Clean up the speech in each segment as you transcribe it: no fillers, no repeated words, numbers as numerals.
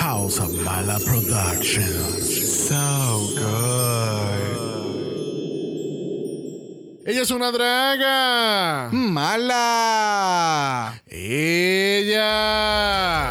House of Mala Productions. So good. Ella es una draga. Mala. Ella.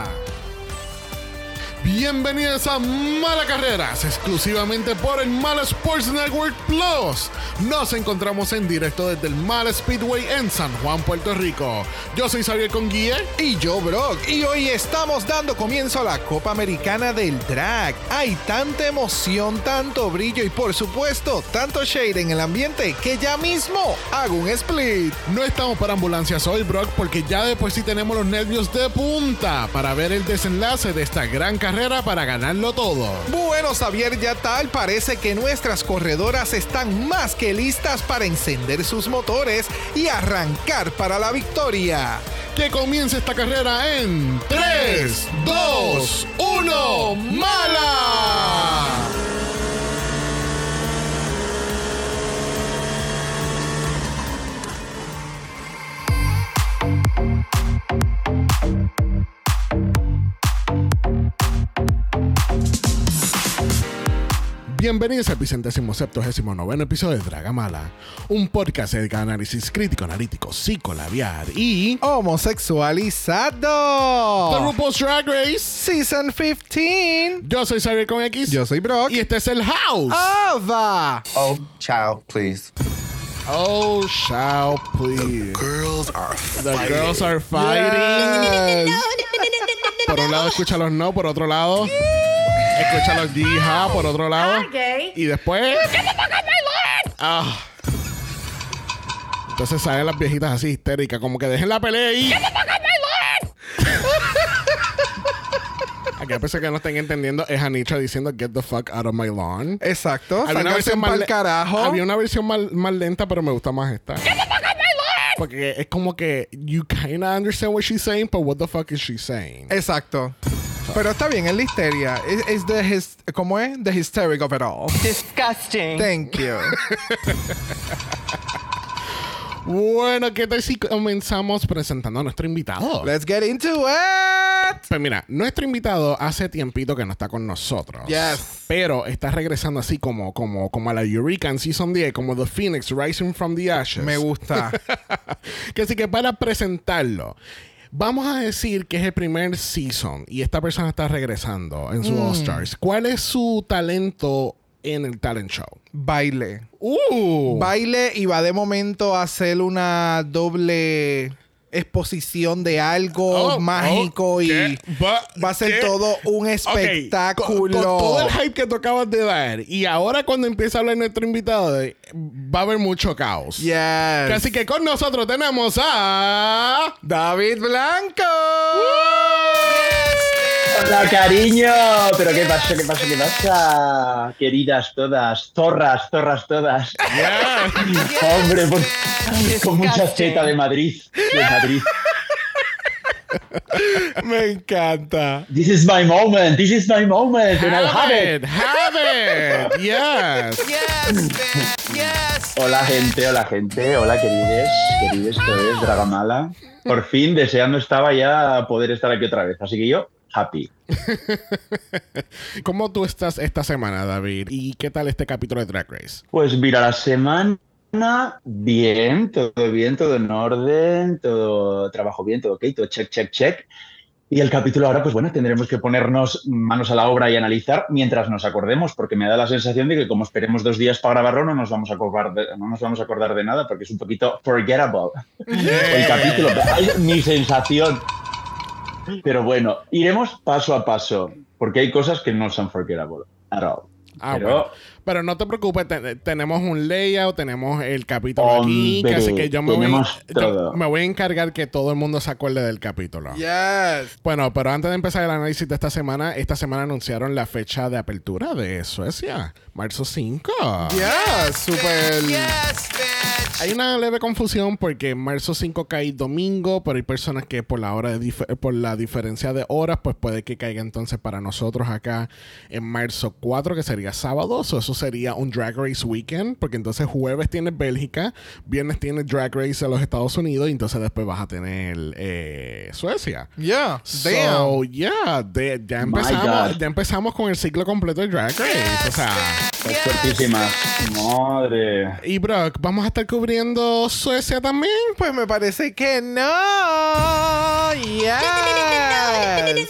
Bienvenidos a Mala Carreras, exclusivamente por el Mala Sports Network Plus. Nos encontramos en directo desde el Mala Speedway en San Juan, Puerto Rico. Yo soy Xavier Conguille. Y yo, Brock. Y hoy estamos dando comienzo a la Copa Americana del Drag. Hay tanta emoción, tanto brillo y por supuesto, tanto shade en el ambiente que ya mismo hago un split. No estamos para ambulancias hoy, Brock, porque ya de por sí tenemos los nervios de punta para ver el desenlace de esta gran carrera para ganarlo todo. Bueno, Xavier, ya tal parece que nuestras corredoras están más que listas para encender sus motores y arrancar para la victoria. Que comience esta carrera en 3, 2, 1, ¡Mala! Bienvenidos al 177º episodio de Dragamala, un podcast de análisis crítico, analítico, psicolabial y homosexualizado. The RuPaul's Drag Race Season 15. Yo soy Xavier con X. Yo soy Brock. Y este es el House. Ava. Oh, child, please. Oh, child, please. The girls are fighting. Yes. Por un lado escucha los no, por otro lado escucha los yija, por otro lado. Y después ah. Entonces salen las viejitas así histéricas, como que dejen la pelea ahí. Aquí a pesar que no estén entendiendo, es Anisha diciendo get the fuck out of my lawn. Exacto. Había una versión pa'l carajo. Había una versión más lenta, pero me gusta más esta. Get the fuck out of my lawn. Porque es como que you kinda understand what she's saying, but what the fuck is she saying? Exacto. Pero está bien, es la histeria. ¿Cómo es? The hysteric of it all. Disgusting. Thank you. Bueno, ¿qué tal si comenzamos presentando a nuestro invitado? Let's get into it. Pues mira, nuestro invitado hace tiempito que no está con nosotros. Yes. Pero está regresando así como a la Eureka en Season 10, como The Phoenix Rising from the Ashes. Me gusta. Que así que para presentarlo, vamos a decir que es el primer season y esta persona está regresando en su All Stars. ¿Cuál es su talento en el talent show? Baile. ¡Uh! Baile y va de momento a hacer una doble exposición de algo mágico y va a ser todo un espectáculo. Con todo el hype que tú acabas de dar y ahora cuando empieza a hablar nuestro invitado va a haber mucho caos. Yes. Así que con nosotros tenemos a David Blanco. Hola, cariño. Pero ¿qué pasa? ¿Qué pasa? ¿Qué pasa? Queridas todas. Zorras todas. Yeah. Hombre, con mucha cheta de Madrid. Me encanta. This is my moment. And I'll have it. Have it. Yes. Yes. Hola, gente. Hola, querides, esto es Dragamala. Por fin, deseando estaba ya poder estar aquí otra vez. Así que yo, happy. ¿Cómo tú estás esta semana, David? ¿Y qué tal este capítulo de Drag Race? Pues mira, la semana bien, todo en orden, todo trabajo bien, todo ok, todo check. Y el capítulo ahora, pues bueno, tendremos que ponernos manos a la obra y analizar mientras nos acordemos, porque me da la sensación de que como esperemos 2 días para grabarlo, no nos vamos a acordar de nada, porque es un poquito forgettable. El capítulo, mi sensación. Pero bueno, iremos paso a paso, porque hay cosas que no son forgettable at all. Pero no te preocupes, tenemos un layout, tenemos el capítulo aquí, así que yo me voy a encargar que todo el mundo se acuerde del capítulo. Yes. Bueno, pero antes de empezar el análisis de esta semana anunciaron la fecha de apertura de Suecia, marzo 5. Yes, súper. Yes, bitch. Hay una leve confusión porque marzo 5 cae domingo, pero hay personas que por la diferencia de horas, pues puede que caiga entonces para nosotros acá en marzo 4, que sería sábado, eso sería un Drag Race Weekend, porque entonces jueves tienes Bélgica, viernes tienes Drag Race en los Estados Unidos y entonces después vas a tener Suecia. Yeah, So, damn. yeah, ya God. empezamos con el ciclo completo de Drag Race. O sea, Es fuertísima. Madre. y Brock, ¿vamos a estar cubriendo Suecia también? Pues me parece que no. Yes.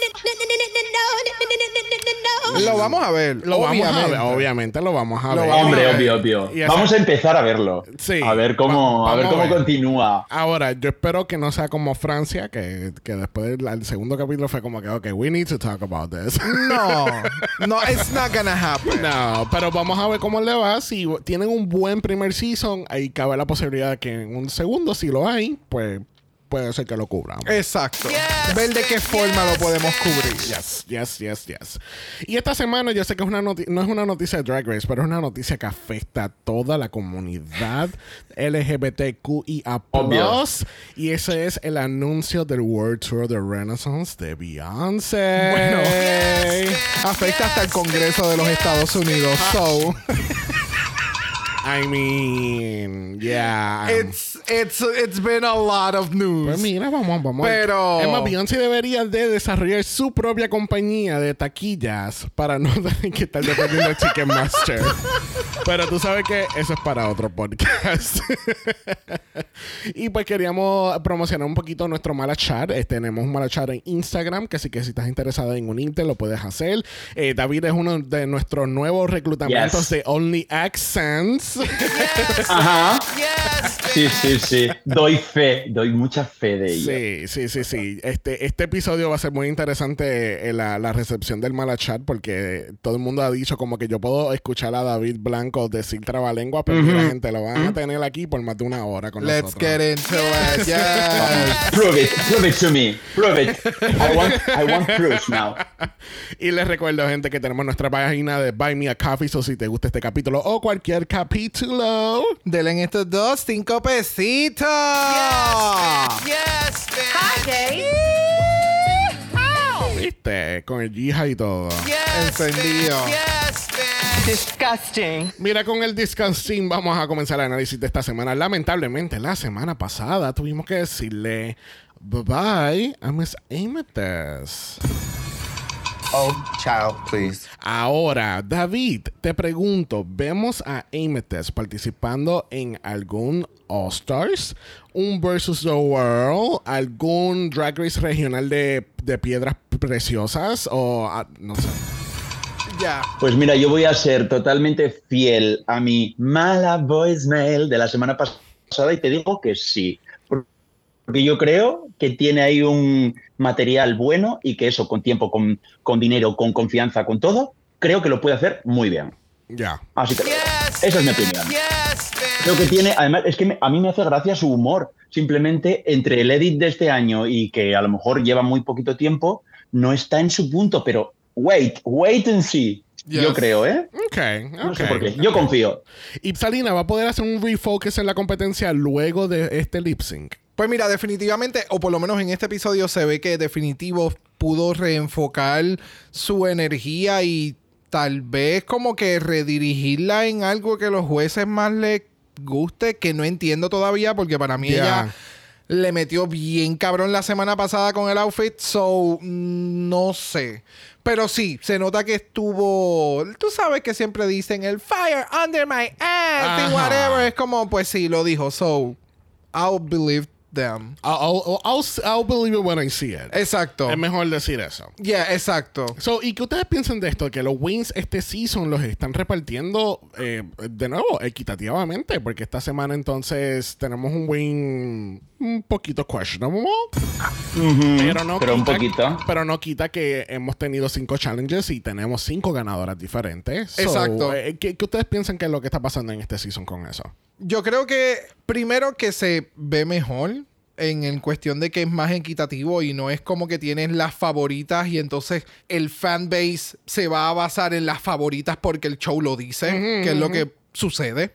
Lo vamos a ver. Lo vamos a ver, obviamente. obviamente lo vamos a Lo ver. vamos a Hombre, ver. obvio. Y esa- Vamos a empezar a verlo. Sí. A ver cómo, Vamos a ver. continúa. Ahora, yo espero que no sea como Francia, que después del segundo capítulo fue como que, ok, we need to talk about this. No, it's not gonna happen. No, pero vamos a ver cómo le va. Si tienen un buen primer season, ahí cabe la posibilidad de que en un segundo, si lo hay, pues puede ser que lo cubramos. Exacto. Ver de qué forma lo podemos cubrir. Yes. Y esta semana yo sé que es no es una noticia de Drag Race, pero es una noticia que afecta a toda la comunidad LGBTQIA+. Obvio. Y ese es el anuncio del World Tour de Renaissance de Beyoncé. Bueno, afecta hasta el Congreso de los Estados Unidos. So, I mean, yeah. it's been a lot of news. Pues mira, vamos. Pero- Es más, Beyoncé debería de desarrollar su propia compañía de taquillas para no tener que estar dependiendo de Chicken Master. Pero tú sabes que eso es para otro podcast. Y pues queríamos promocionar un poquito nuestro Mala Chat. Tenemos un Mala Chat en Instagram, que así que si estás interesado en unirte, lo puedes hacer. David es uno de nuestros nuevos reclutamientos Yes. de Only Accents. Ajá. Yes, Sí. Doy mucha fe de ello. Sí. Este episodio va a ser muy interesante la recepción del Mala Chat, porque todo el mundo ha dicho como que yo puedo escuchar a David Blanco decir trabalengua, pero mira, gente, lo van a tener aquí por más de una hora con Let's nosotros. get into it. Yes. Prove it to me. Prove it. I want proof now. Y les recuerdo, gente, que tenemos nuestra página de Buy Me a Coffee, so si te gusta este capítulo o cualquier capítulo, Denle en estos 5 pesitos. yes, viste, con el Yija y todo. Encendido. yes, man. Disgusting. Mira, con el Disgusting vamos a comenzar el análisis de esta semana. Lamentablemente, la semana pasada tuvimos que decirle bye a Miss Amethyst. Oh, child, please. Ahora, David, te pregunto, ¿vemos a Amethyst participando en algún All-Stars, un Versus the World, algún Drag Race regional de piedras preciosas o no sé? Ya. Pues mira, yo voy a ser totalmente fiel a mi mala voicemail de la semana pasada y te digo que sí. Porque yo creo que tiene ahí un material bueno y que eso, con tiempo, con dinero, con confianza, con todo, creo que lo puede hacer muy bien. Ya. Así que Yes, esa es mi opinión. yes, man. Creo que tiene, además, es que a mí me hace gracia su humor. Simplemente entre el edit de este año y que a lo mejor lleva muy poquito tiempo, no está en su punto, pero wait and see. Yes. Yo creo, ¿eh? Ok. No sé por qué. Yo confío. ¿Y Salina va a poder hacer un refocus en la competencia luego de este lip sync? Pues mira, definitivamente, o por lo menos en este episodio se ve que definitivo pudo reenfocar su energía y tal vez como que redirigirla en algo que los jueces más les guste, que no entiendo todavía, porque para mí ella le metió bien cabrón la semana pasada con el outfit, so no sé. Pero sí, se nota que estuvo... Tú sabes que siempre dicen el fire under my ass y Ajá. whatever. Es como, pues sí, lo dijo. So, I'll believe them. I'll believe it when I see it. Exacto. Es mejor decir eso. Yeah, exacto. So, ¿y qué ustedes piensan de esto? Que los wins este season los están repartiendo de nuevo equitativamente, porque esta semana entonces tenemos un win un poquito questionable, Pero un poquito. pero no quita que hemos tenido 5 challenges y tenemos 5 ganadoras diferentes. So, Exacto. ¿qué ustedes piensan que es lo que está pasando en este season con eso? Yo creo que primero que se ve mejor en cuestión de que es más equitativo y no es como que tienes las favoritas y entonces el fanbase se va a basar en las favoritas porque el show lo dice, que es lo que sucede.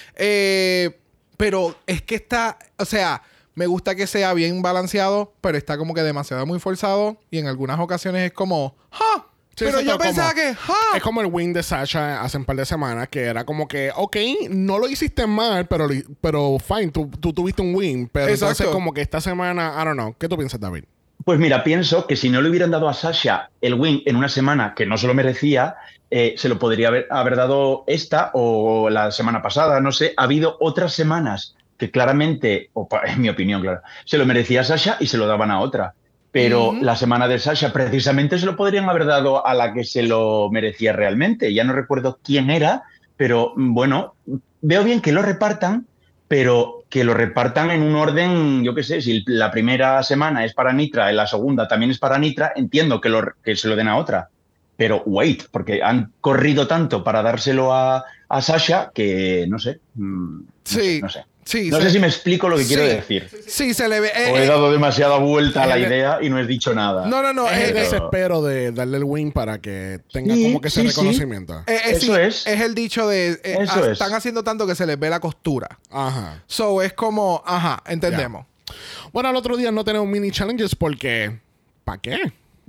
Pero es que está, o sea, me gusta que sea bien balanceado, pero está como que demasiado muy forzado y en algunas ocasiones es como, ¡ja! Sí, pero eso yo está pensaba como- que... Es como el win de Sasha hace un par de semanas, que era como que, ok, no lo hiciste mal, pero fine, tú tuviste un win. Pero Exacto. entonces como que esta semana, I don't know. ¿Qué tú piensas, David? Pues mira, pienso que si no le hubieran dado a Sasha el win en una semana que no se lo merecía, se lo podría haber dado esta o la semana pasada, no sé. Ha habido otras semanas que claramente, en mi opinión, claro, se lo merecía a Sasha y se lo daban a otra. Pero la semana de Sasha precisamente se lo podrían haber dado a la que se lo merecía realmente. Ya no recuerdo quién era, pero bueno, veo bien que lo repartan, pero que lo repartan en un orden, yo qué sé, si la primera semana es para Nitra, en la segunda también es para Nitra, entiendo que se lo den a otra. Pero wait, porque han corrido tanto para dárselo a Sasha que no sé. Sí. No sé. Sí, No sé si me explico lo que quiero decir. Sí, se le ve... O he dado demasiada vuelta a la idea y no he dicho nada. No. Es el pero- desespero de darle el win para que tenga Sí, como que ese sí, reconocimiento. Eso es. Es el dicho de... Eso es. Están haciendo tanto que se les ve la costura. Ajá. So, es como... Ajá, entendemos. Bueno, al otro día no tenemos mini challenges porque... ¿Para qué?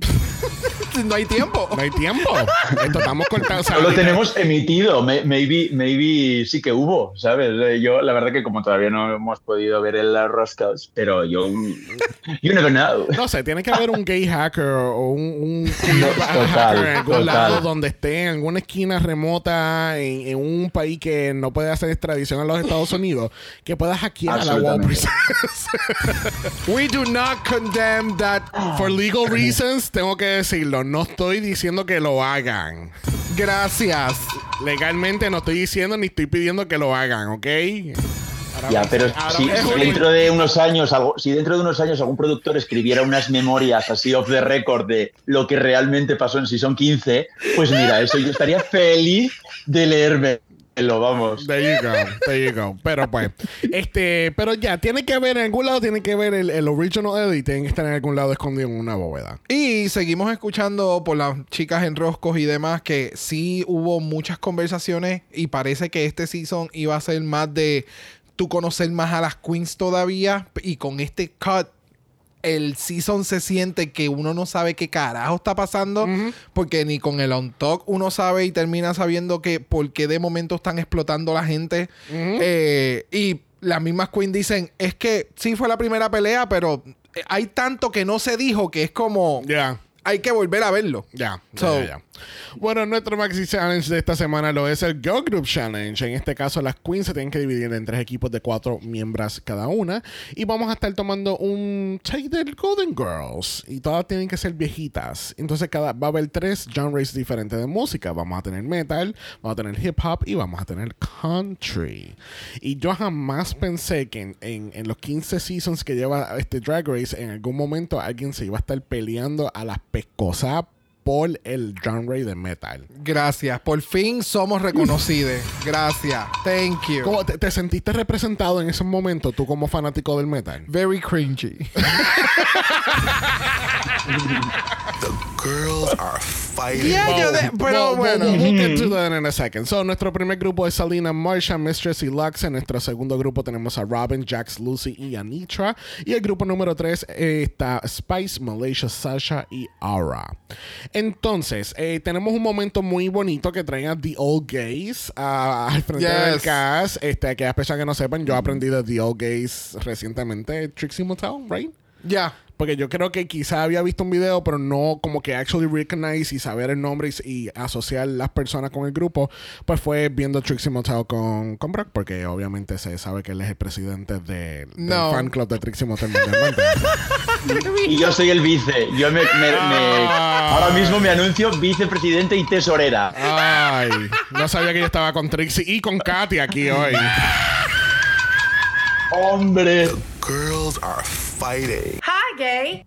No hay tiempo. No hay tiempo. Esto estamos cortando. O sea, No lo ahorita- tenemos emitido. Maybe sí que hubo, ¿sabes? Yo, la verdad que como todavía no hemos podido ver el Roscos, pero yo... You never know. No sé, tiene que haber un gay hacker o un total, hacker en algún total. lado donde esté en alguna esquina remota en un país que no puede hacer extradición a los Estados Unidos, que pueda hackear a la Wall Absolutamente. Princess. We do not condemn that. For legal reasons, tengo que decirlo. No estoy diciendo que lo hagan. Gracias. Legalmente no estoy diciendo ni estoy pidiendo que lo hagan, ¿ok? Ya, pero si dentro de unos años, algún productor escribiera unas memorias así off the record de lo que realmente pasó en Season 15, pues mira, eso yo estaría feliz de leerme. Vamos. There you go. Pero pues, pero ya, tiene que haber en algún lado, tiene que ver el original edit, tiene que estar en algún lado escondido en una bóveda. Y seguimos escuchando por las chicas en roscos y demás que sí hubo muchas conversaciones y parece que este season iba a ser más de tú conocer más a las queens todavía, y con este cut el season se siente que uno no sabe qué carajo está pasando, porque ni con el on talk uno sabe y termina sabiendo que por qué de momento están explotando la gente. Y las mismas queens dicen, es que sí fue la primera pelea, pero hay tanto que no se dijo que es como... Ya. Hay que volver a verlo. Ya. So- Bueno, nuestro Maxi Challenge de esta semana lo es el Girl Group Challenge. En este caso, las queens se tienen que dividir en 3 equipos de 4 miembros cada una. Y vamos a estar tomando un take del Golden Girls. Y todas tienen que ser viejitas. Entonces, va a haber 3 genres diferentes de música. Vamos a tener metal, vamos a tener hip hop y vamos a tener country. Y yo jamás pensé que en los 15 seasons que lleva este Drag Race, en algún momento alguien se iba a estar peleando a las pescosas por el genre de metal. Gracias. Por fin somos reconocidos. Gracias. Thank you. ¿Cómo te sentiste representado en ese momento, tú como fanático del metal? Very cringy. Girls are fighting. Pero bueno. We'll get to that in a second. So, nuestro primer grupo es Salina, Marsha, Mistress y Lux. En nuestro segundo grupo tenemos a Robin, Jax, Lucy y Anitra. Y el grupo número 3 está Spice, Malaysia, Sasha y Aura. Entonces, tenemos un momento muy bonito que traen a The Old Gays al frente del cast. Aquellas personas que no sepan, yo aprendí de The Old Gays recientemente, Trixie Mattel, right? Ya. Porque yo creo que quizá había visto un video, pero no como que actually recognize y saber el nombre y asociar las personas con el grupo, pues fue viendo Trixie Mattel con Brock, porque obviamente se sabe que él es el presidente del fan club de Trixie Mattel mundialmente. Y yo soy el vice. Yo ahora mismo me anuncio vicepresidente y tesorera. Ay, no sabía que yo estaba con Trixie y con Katy aquí hoy. ¡Hombre! Girls are fighting. Hi, gay.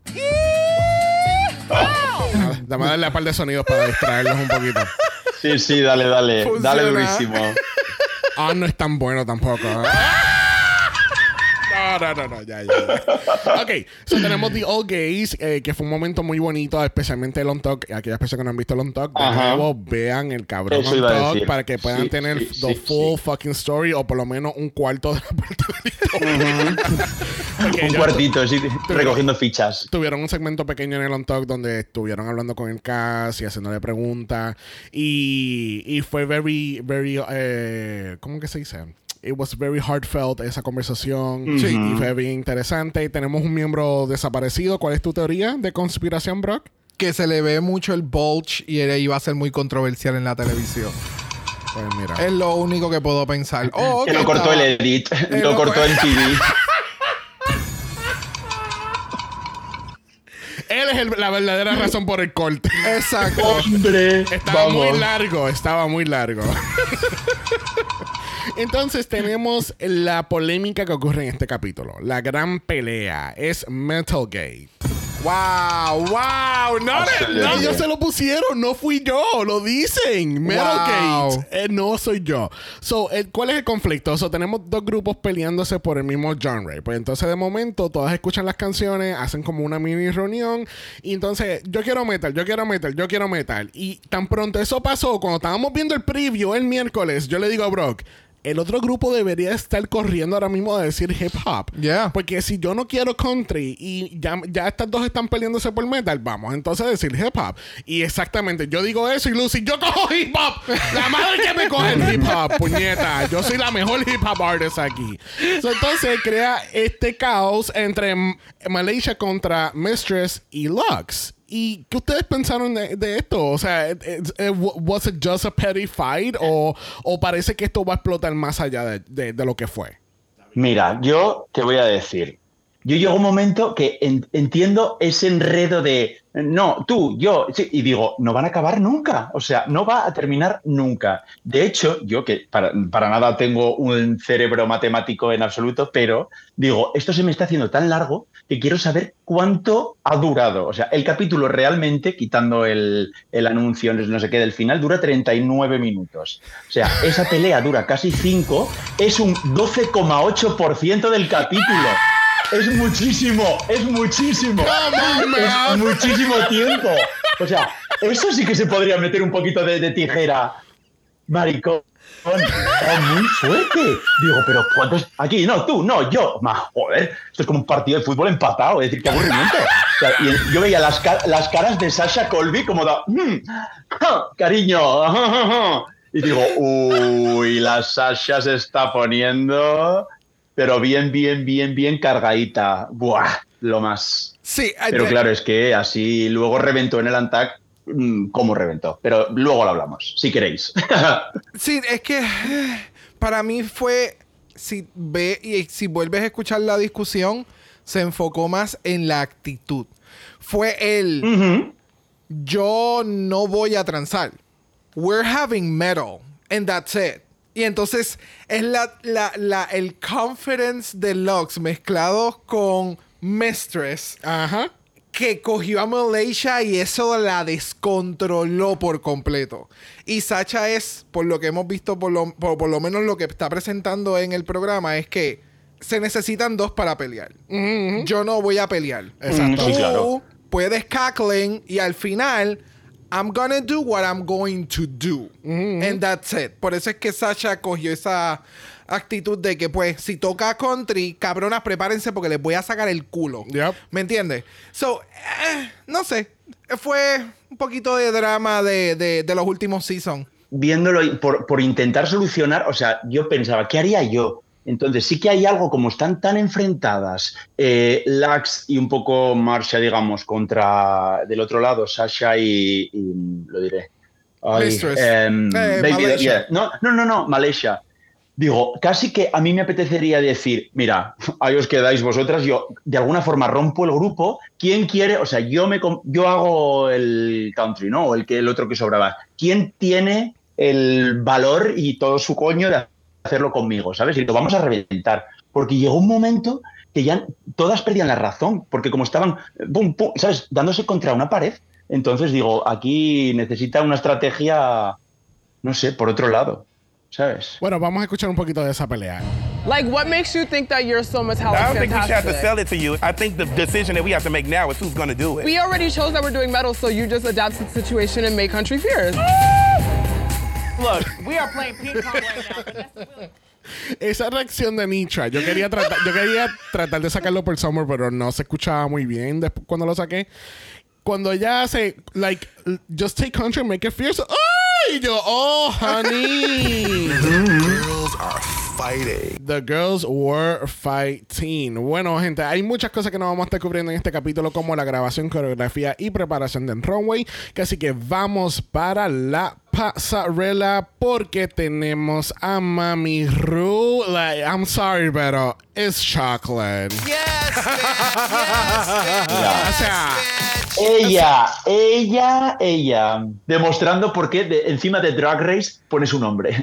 Dame darle a par de sonidos para distraerlos un poquito. Sí, dale. Funciona. Dale durísimo. No es tan bueno tampoco. ya. Ok, so tenemos The Old Gays, que fue un momento muy bonito, especialmente el On Talk. Aquellas personas que no han visto el On Talk, de nuevo, vean el cabrón Eso On iba a Talk decir. para que puedan tener the full fucking story, o por lo menos un cuarto de la parte de la historia. Porque Un ellos cuartito, sí, recogiendo fichas. tuvieron un segmento pequeño en el On Talk donde estuvieron hablando con el cast y haciéndole preguntas. Y fue very, ¿cómo que se dice? It was very heartfelt esa conversación. Y fue bien interesante. Tenemos un miembro desaparecido. ¿Cuál es tu teoría de conspiración, Brock? Que se le ve mucho el bulge y él iba a ser muy controversial en la televisión. Pues mira. Es lo único que puedo pensar. Que lo cortó el edit, lo cortó en TV. Él es la verdadera razón por el corte. Exacto. ¡Hombre! Estaba vamos. muy largo. Entonces tenemos la polémica que ocurre en este capítulo. La gran pelea es Metalgate. ¡Wow! No, ellos se lo pusieron, no fui yo, lo dicen. Metalgate. No soy yo. ¿Cuál es el conflicto? Tenemos dos grupos peleándose por el mismo genre. Pues entonces de momento todas escuchan las canciones, hacen como una mini reunión. Y entonces, yo quiero metal. Y tan pronto eso pasó, cuando estábamos viendo el preview el miércoles, yo le digo a Brock, el otro grupo debería estar corriendo ahora mismo a decir hip hop. Yeah. Porque si yo no quiero country y ya estas dos están peleándose por metal, vamos entonces a decir hip hop. Y exactamente, yo digo eso y Lucy, yo cojo hip hop. La madre que me coge el hip hop, puñeta. Yo soy la mejor hip hop artist aquí. Entonces crea este caos entre Malaysia contra Mistress y Lux. ¿Y qué ustedes pensaron de esto? O sea, ¿was it just a petty fight? ¿O parece que esto va a explotar más allá de lo que fue? Mira, yo te voy a decir. Yo llego a un momento que entiendo ese enredo de no, tú, yo, sí, y digo, no van a acabar nunca. O sea, no va a terminar nunca. De hecho, yo que para nada tengo un cerebro matemático en absoluto, pero digo, esto se me está haciendo tan largo que quiero saber cuánto ha durado. O sea, el capítulo realmente, quitando el anuncio, no sé qué, del final, dura 39 minutos. O sea, esa pelea dura casi 5, es un 12,8% del capítulo. Es muchísimo. Es muchísimo tiempo. O sea, eso sí que se podría meter un poquito de tijera. Maricón. Es muy fuerte. Digo, pero ¿cuántos? Aquí, no, tú, no, yo. Joder, esto es como un partido de fútbol empatado. Es decir, qué aburrimiento. O sea, y yo veía las caras de Sasha Colby como da, cariño. Y digo, uy, la Sasha se está poniendo... Pero bien cargadita. Buah, lo más. Sí, pero claro, es que así luego reventó en el Antac. ¿Cómo reventó? Pero luego lo hablamos, si queréis. Sí, es que para mí fue... Si vuelves a escuchar la discusión, se enfocó más en la actitud. Fue yo no voy a transar. We're having metal. And that's it. Y entonces es el confidence de Lux mezclado con Mistress. Ajá. Que cogió a Malaysia y eso la descontroló por completo. Y Sacha es, por lo que hemos visto, por lo menos lo que está presentando en el programa, es que se necesitan dos para pelear. Yo no voy a pelear. Exacto. Sí, claro. Puedes cackling y al final... I'm gonna do what I'm going to do. And that's it. Por eso es que Sasha cogió esa actitud de que, pues, si toca country, cabronas, prepárense porque les voy a sacar el culo. Yep. ¿Me entiendes? No sé. Fue un poquito de drama de los últimos seasons. Viéndolo por intentar solucionar, o sea, yo pensaba, ¿qué haría yo? Entonces sí que hay algo, como están tan enfrentadas Lux y un poco Marsha, digamos, contra del otro lado, Sasha y lo diré. Mistress. Malaysia. No, Malaysia. Digo, casi que a mí me apetecería decir, mira, ahí os quedáis vosotras, yo de alguna forma rompo el grupo, ¿quién quiere? O sea, yo hago el country, ¿no? O el otro que sobraba. ¿Quién tiene el valor y todo su coño de hacerlo conmigo, ¿sabes? Y lo vamos a reventar. Porque llegó un momento que ya todas perdían la razón, porque como estaban, pum, pum, ¿sabes? Dándose contra una pared. Entonces digo, aquí necesita una estrategia, no sé, por otro lado, ¿sabes? Bueno, vamos a escuchar un poquito de esa pelea. Like, what makes you think that you're so I metallic don't think we should have to fantastic? sell it to you. I think the decision that we have to make now is who's going to do it. We already chose that we're doing metal, so you just adapt to the situation and make Country Fierce. Look, we are playing ping pong right now. Esa reacción de Nitra, yo quería tratar de sacarlo por Summer, pero no se escuchaba muy bien después cuando lo saqué. Cuando ella hace, like, just take country and make it fierce. ¡Oh! Y yo, oh, honey. Girls are fighting. The girls were fighting. Bueno, gente, hay muchas cosas que nos vamos a estar cubriendo en este capítulo, como la grabación, coreografía y preparación del runway. Que así que vamos para la pasarela porque tenemos a Mami Ru. Like, I'm sorry, pero it's chocolate. Yes, O sea, Ella, demostrando por qué encima de Drag Race pone su nombre.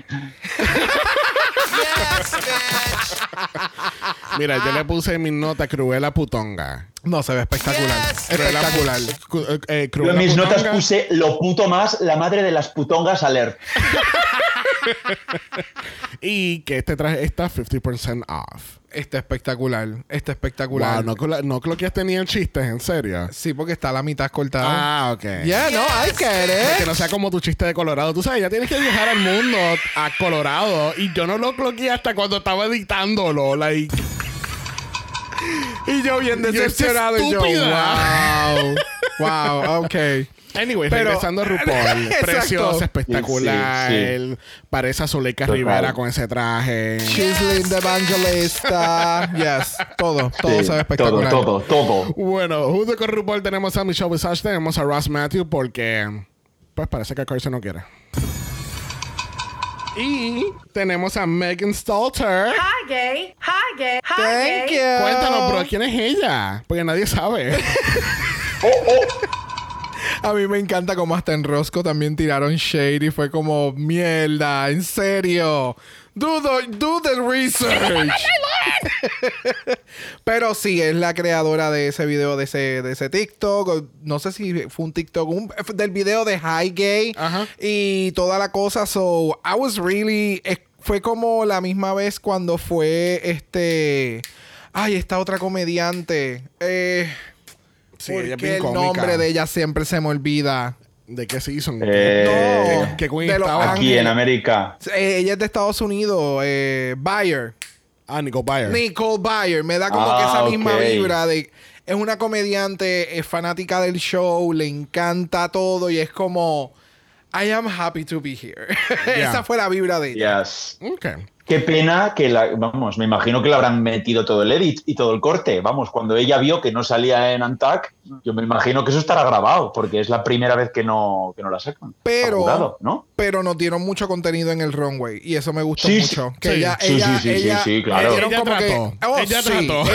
mira, yo le puse en mi nota Cruella Putonga. No, se ve espectacular. Yes. Espectacular. Yo Cruella en mis Putonga. notas puse lo puto más, la madre de las putongas alert. Y que este traje está 50% off. Está espectacular. Está espectacular. Wow, no cloqueaste tenía chistes, en serio. Sí, porque está la mitad cortada. Ah, ok. Yeah, no, I get Que it. no sea como tu chiste de Colorado. Tú sabes, ya tienes que viajar al mundo, a Colorado. Y yo no lo cloqueé hasta cuando estaba editándolo. Like. Y yo bien decepcionado. Y yo, estúpida. wow. Wow, ok. Anyway, Pero- regresando a RuPaul. Exacto. Preciosa, espectacular. Sí. Parece a Zuleika Total. Rivera con ese traje. Chislin de Evangelista. Yes, todo Sí, se ve espectacular. todo. Bueno, junto con RuPaul tenemos a Michelle Visage, tenemos a Ross Matthew porque pues parece que Carson no quiere. Y tenemos a Megan Stalter. Hi, gay. Hi, gay. Hi, Thank gay. you. Cuéntanos, bro, ¿quién es ella? Porque nadie sabe. A mí me encanta como hasta en Rosco también tiraron shade y fue como, mierda, en serio. Do the research. Pero sí, es la creadora de ese video, de ese TikTok. No sé si fue un TikTok, del video de Hi Gay. Ajá. Y toda la cosa. So, I was really... Fue como la misma vez cuando fue esta otra comediante. Sí, ella es porque bien el cómica. nombre de ella siempre se me olvida. ¿De qué season? No. ¿Qué queen De Los estaba? Aquí en América. Ella es de Estados Unidos. Bayer. Ah, Nicole Byer. Nicole Byer. Me da como que esa misma ok. vibra de... Es una comediante, es fanática del show, le encanta todo y es como... I am happy to be here. Yeah. Esa fue la vibra de ella. Yes. Ok. Qué pena que me imagino que le habrán metido todo el edit y todo el corte. Vamos, cuando ella vio que no salía en Antac, yo me imagino que eso estará grabado, porque es la primera vez que no la sacan. Pero, Jurado, ¿no? pero nos dieron mucho contenido en el runway y eso me gustó Sí, mucho. sí, Que sí. ella, Sí, ella, sí, ella, sí, claro. le dieron Ella como trató. que, oh, Ella sí, trató.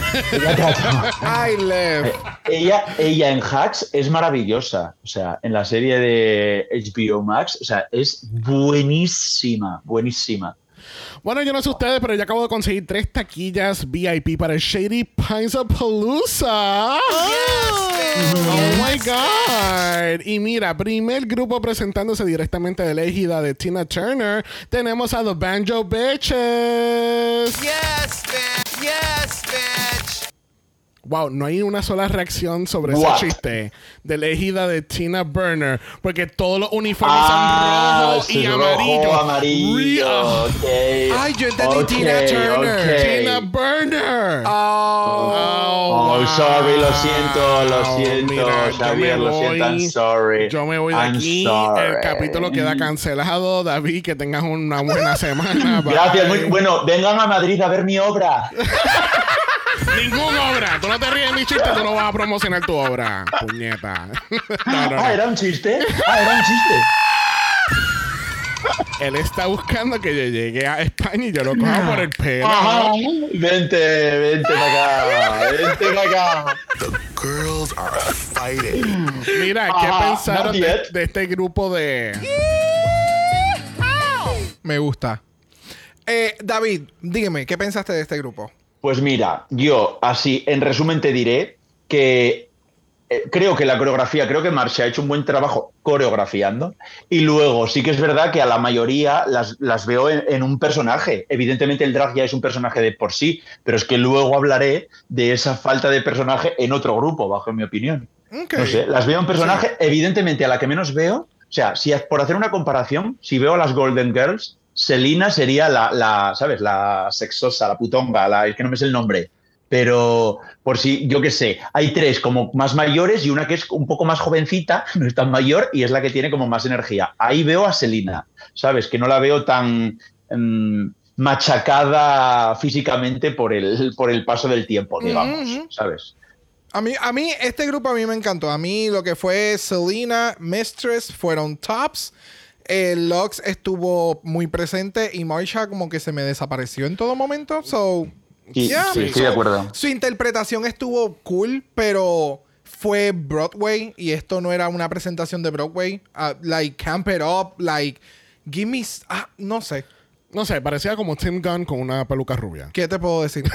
ella Ella en Hacks es maravillosa. O sea, en la serie de HBO Max, o sea, es buenísima, buenísima. Bueno, yo no sé ustedes, pero yo acabo de conseguir 3 taquillas VIP para el Shady Pines of Palooza. Oh my God. Y mira, primer grupo presentándose directamente de la égida de Tina Turner. Tenemos a The Banjo Bitches. Yes, bitch. Yes, bitch. Wow, no hay una sola reacción sobre What? ese chiste de la égida de Tina Burner, porque todos los uniformes son rojos y amarillos. amarillo. Ok. Ay, yo entendí Ok, Tina Turner. ok. Tina Burner. Oh, sorry, lo siento, Mira, Xavier, lo siento, I'm sorry. Yo me voy de I'm aquí. sorry. El capítulo queda cancelado. David, que tengas una buena semana. Gracias, Bye. bueno, vengan a Madrid a ver mi obra. Ninguna obra. Tú no te ríes de mi chiste, tú no vas a promocionar tu obra. Puñeta. No. ¿Era un chiste? Era un chiste. Él está buscando que yo llegue a España y yo lo coja por el pelo. Ajá. Vente para acá. The girls are fighting. Mira, ¿qué Ajá, pensaron not de, yet. de este grupo de... Me gusta. David, dígame, ¿qué pensaste de este grupo? Pues mira, yo así, en resumen te diré que creo que la coreografía, creo que Marcia ha hecho un buen trabajo coreografiando. Y luego sí que es verdad que a la mayoría las veo en un personaje. Evidentemente el drag ya es un personaje de por sí, pero es que luego hablaré de esa falta de personaje en otro grupo, bajo mi opinión. Okay. No sé, las veo en personaje, evidentemente a la que menos veo, o sea, si por hacer una comparación, si veo a las Golden Girls, Selena sería ¿sabes? La sexosa, la putonga, es que no me sé el nombre. Pero por si, yo qué sé, hay 3 como más mayores y una que es un poco más jovencita, no es tan mayor y es la que tiene como más energía. Ahí veo a Selena, ¿sabes? Que no la veo tan machacada físicamente por el paso del tiempo, digamos, ¿sabes? A mí, este grupo a mí me encantó. A mí lo que fue Selena, Mistress fueron tops. Lux estuvo muy presente y Marcia como que se me desapareció en todo momento. So, sí, estoy de acuerdo. Su interpretación estuvo cool, pero fue Broadway y esto no era una presentación de Broadway. Like, camp it up, like, give me... no sé. No sé, parecía como Tim Gunn con una peluca rubia. ¿Qué te puedo decir?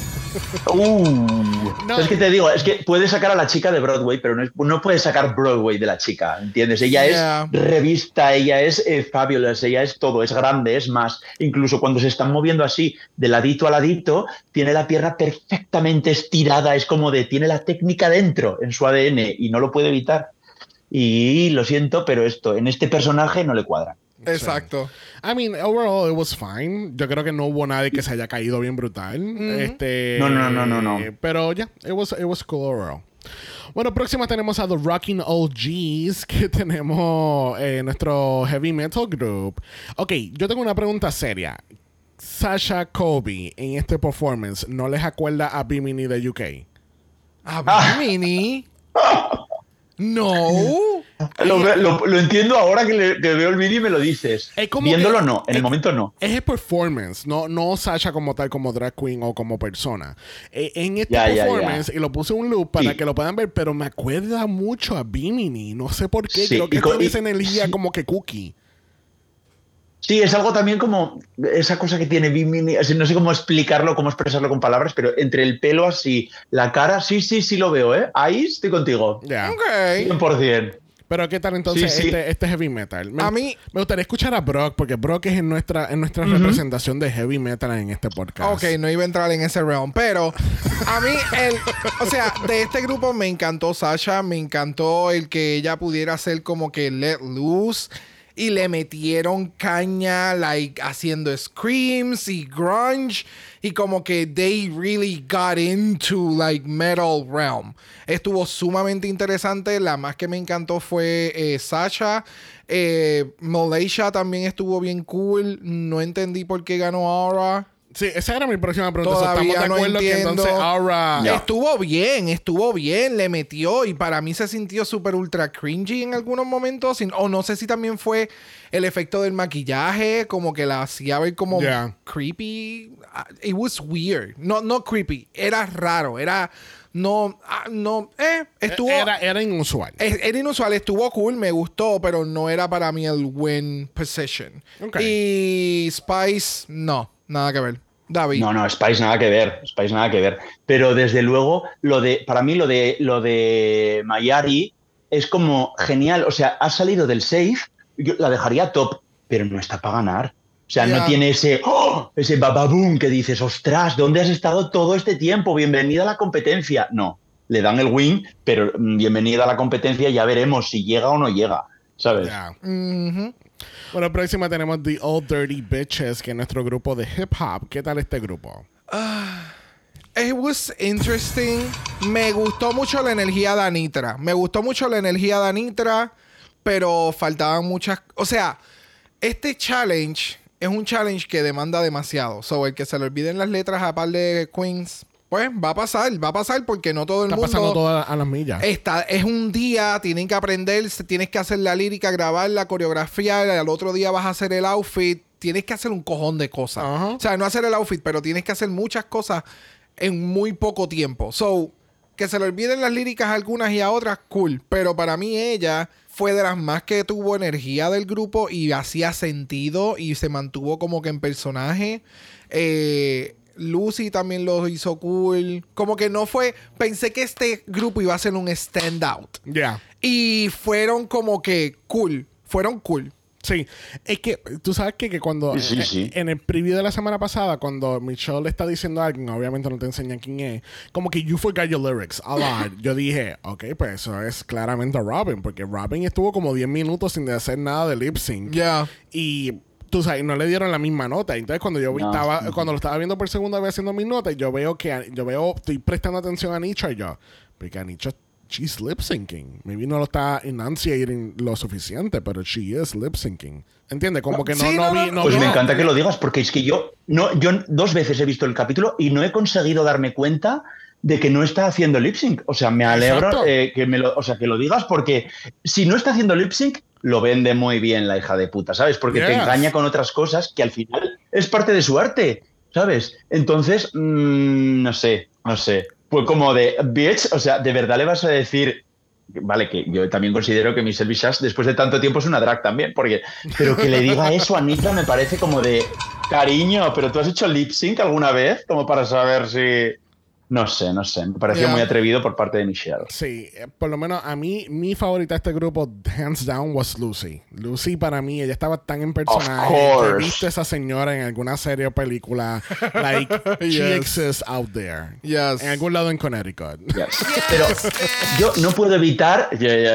No. Es que te digo, es que puedes sacar a la chica de Broadway, pero no puedes sacar Broadway de la chica, ¿entiendes? Ella es revista, ella es fabulous, ella es todo, es grande, es más. Incluso cuando se están moviendo así, de ladito a ladito, tiene la pierna perfectamente estirada, es como tiene la técnica dentro, en su ADN, y no lo puede evitar. Y lo siento, pero en este personaje no le cuadra. Exacto. I mean, overall it was fine. Yo creo que no hubo nadie que se haya caído bien brutal. No. Pero ya, it was cool overall. Bueno, próxima tenemos a The Rocking OGs, que tenemos nuestro heavy metal group. Ok, yo tengo una pregunta seria. Sasha Colby en este performance, ¿no les acuerda a Bimini de UK? ¿A Bimini? No. Lo entiendo ahora que veo el vídeo y me lo dices. Viéndolo no, en el momento no. Es el performance, no Sasha como tal, como drag queen o como persona. En este performance, y lo puse un loop para que lo puedan ver, pero me acuerda mucho a Bimini. No sé por qué, creo que tiene esa energía como que Cookie. Sí, es algo también como esa cosa que tiene Bimini, no sé cómo explicarlo, cómo expresarlo con palabras, pero entre el pelo así, la cara, sí lo veo, ¿eh? Ahí estoy contigo. Ya. Okay. 100%. Pero ¿qué tal entonces este heavy metal? A mí me gustaría escuchar a Brock, porque Brock es en nuestra representación de heavy metal en este podcast. Ok, no iba a entrar en ese realm, pero a mí, o sea, de este grupo me encantó Sasha, me encantó el que ella pudiera ser como que let loose. Y le metieron caña, like, haciendo screams y grunge. Y como que they really got into, like, metal realm. Estuvo sumamente interesante. La más que me encantó fue Sasha. Malaysia también estuvo bien cool. No entendí por qué ganó Aura. Sí, esa era mi próxima pregunta. Todavía ¿Estamos de acuerdo que entonces Aura... Estuvo bien, le metió y para mí se sintió súper ultra cringy en algunos momentos. O no sé si también fue el efecto del maquillaje, como que la hacía ver como creepy. It was weird. No creepy, era raro, era... estuvo... Era inusual. Era inusual, estuvo cool, me gustó, pero no era para mí el win position. Okay. Y Spice, no. Nada que ver. David. No, Spice nada que ver. Pero desde luego, para mí lo de Mayari es como genial. O sea, ha salido del safe, yo la dejaría top, pero no está para ganar. O sea, no tiene ese bababoom que dices, ostras, ¿dónde has estado todo este tiempo? Bienvenida a la competencia. No, le dan el win, pero bienvenida a la competencia, ya veremos si llega o no llega, ¿sabes? Yeah. Bueno, próxima tenemos The Old Dirty Bitches, que es nuestro grupo de hip hop. ¿Qué tal este grupo? It was interesting. Me gustó mucho la energía de Anitra. Pero faltaban muchas... O sea, este challenge es un challenge que demanda demasiado. So, el que se le olviden las letras a par de queens... Pues va a pasar porque no todo el mundo... Está pasando todo a las millas. Es un día, tienen que aprender, tienes que hacer la lírica, grabar la coreografía, al otro día vas a hacer el outfit, tienes que hacer un cojón de cosas. O sea, no hacer el outfit, pero tienes que hacer muchas cosas en muy poco tiempo. So, que se le olviden las líricas a algunas y a otras, cool. Pero para mí ella fue de las más que tuvo energía del grupo y hacía sentido y se mantuvo como que en personaje. Lucy también lo hizo cool. Como que no fue... Pensé que este grupo iba a ser un standout. Ya. Y fueron como que cool. Fueron cool. Sí, es que tú sabes que cuando en el preview de la semana pasada, cuando Michelle le está diciendo a alguien, obviamente no te enseñan quién es, como que you forgot your lyrics a lot. Yo dije, ok, pues eso es claramente Robin, porque Robin estuvo como 10 minutos sin hacer nada de lip sync. Yeah. Y tú sabes, no le dieron la misma nota. Entonces cuando cuando lo estaba viendo por segunda vez haciendo mis notas, estoy prestando atención a Nitra y yo, porque a Nitra she's lip syncing. Maybe no lo está enunciating lo suficiente, pero she is lip syncing. ¿Entiendes? Como que Pues me encanta que lo digas, porque es que yo 2 veces he visto el capítulo y no he conseguido darme cuenta de que no está haciendo lip sync. O sea, me alegro que lo digas, porque si no está haciendo lip sync, lo vende muy bien la hija de puta, ¿sabes? Porque te engaña con otras cosas que al final es parte de su arte, ¿sabes? Entonces, no sé. Fue como de, bitch, o sea, ¿de verdad le vas a decir? Vale, que yo también considero que Michelle Visage después de tanto tiempo es una drag también, pero que le diga eso a Nitra me parece como de, cariño, ¿pero tú has hecho lip sync alguna vez? Como para saber si... No sé, me pareció muy atrevido por parte de Michelle. Sí, por lo menos a mí, mi favorita de este grupo, hands down, was Lucy. Lucy, para mí, ella estaba tan en personaje. He visto a esa señora en alguna serie o película. Like, she exists out there. Yes. En algún lado en Connecticut. Yes. Pero yo no puedo evitar...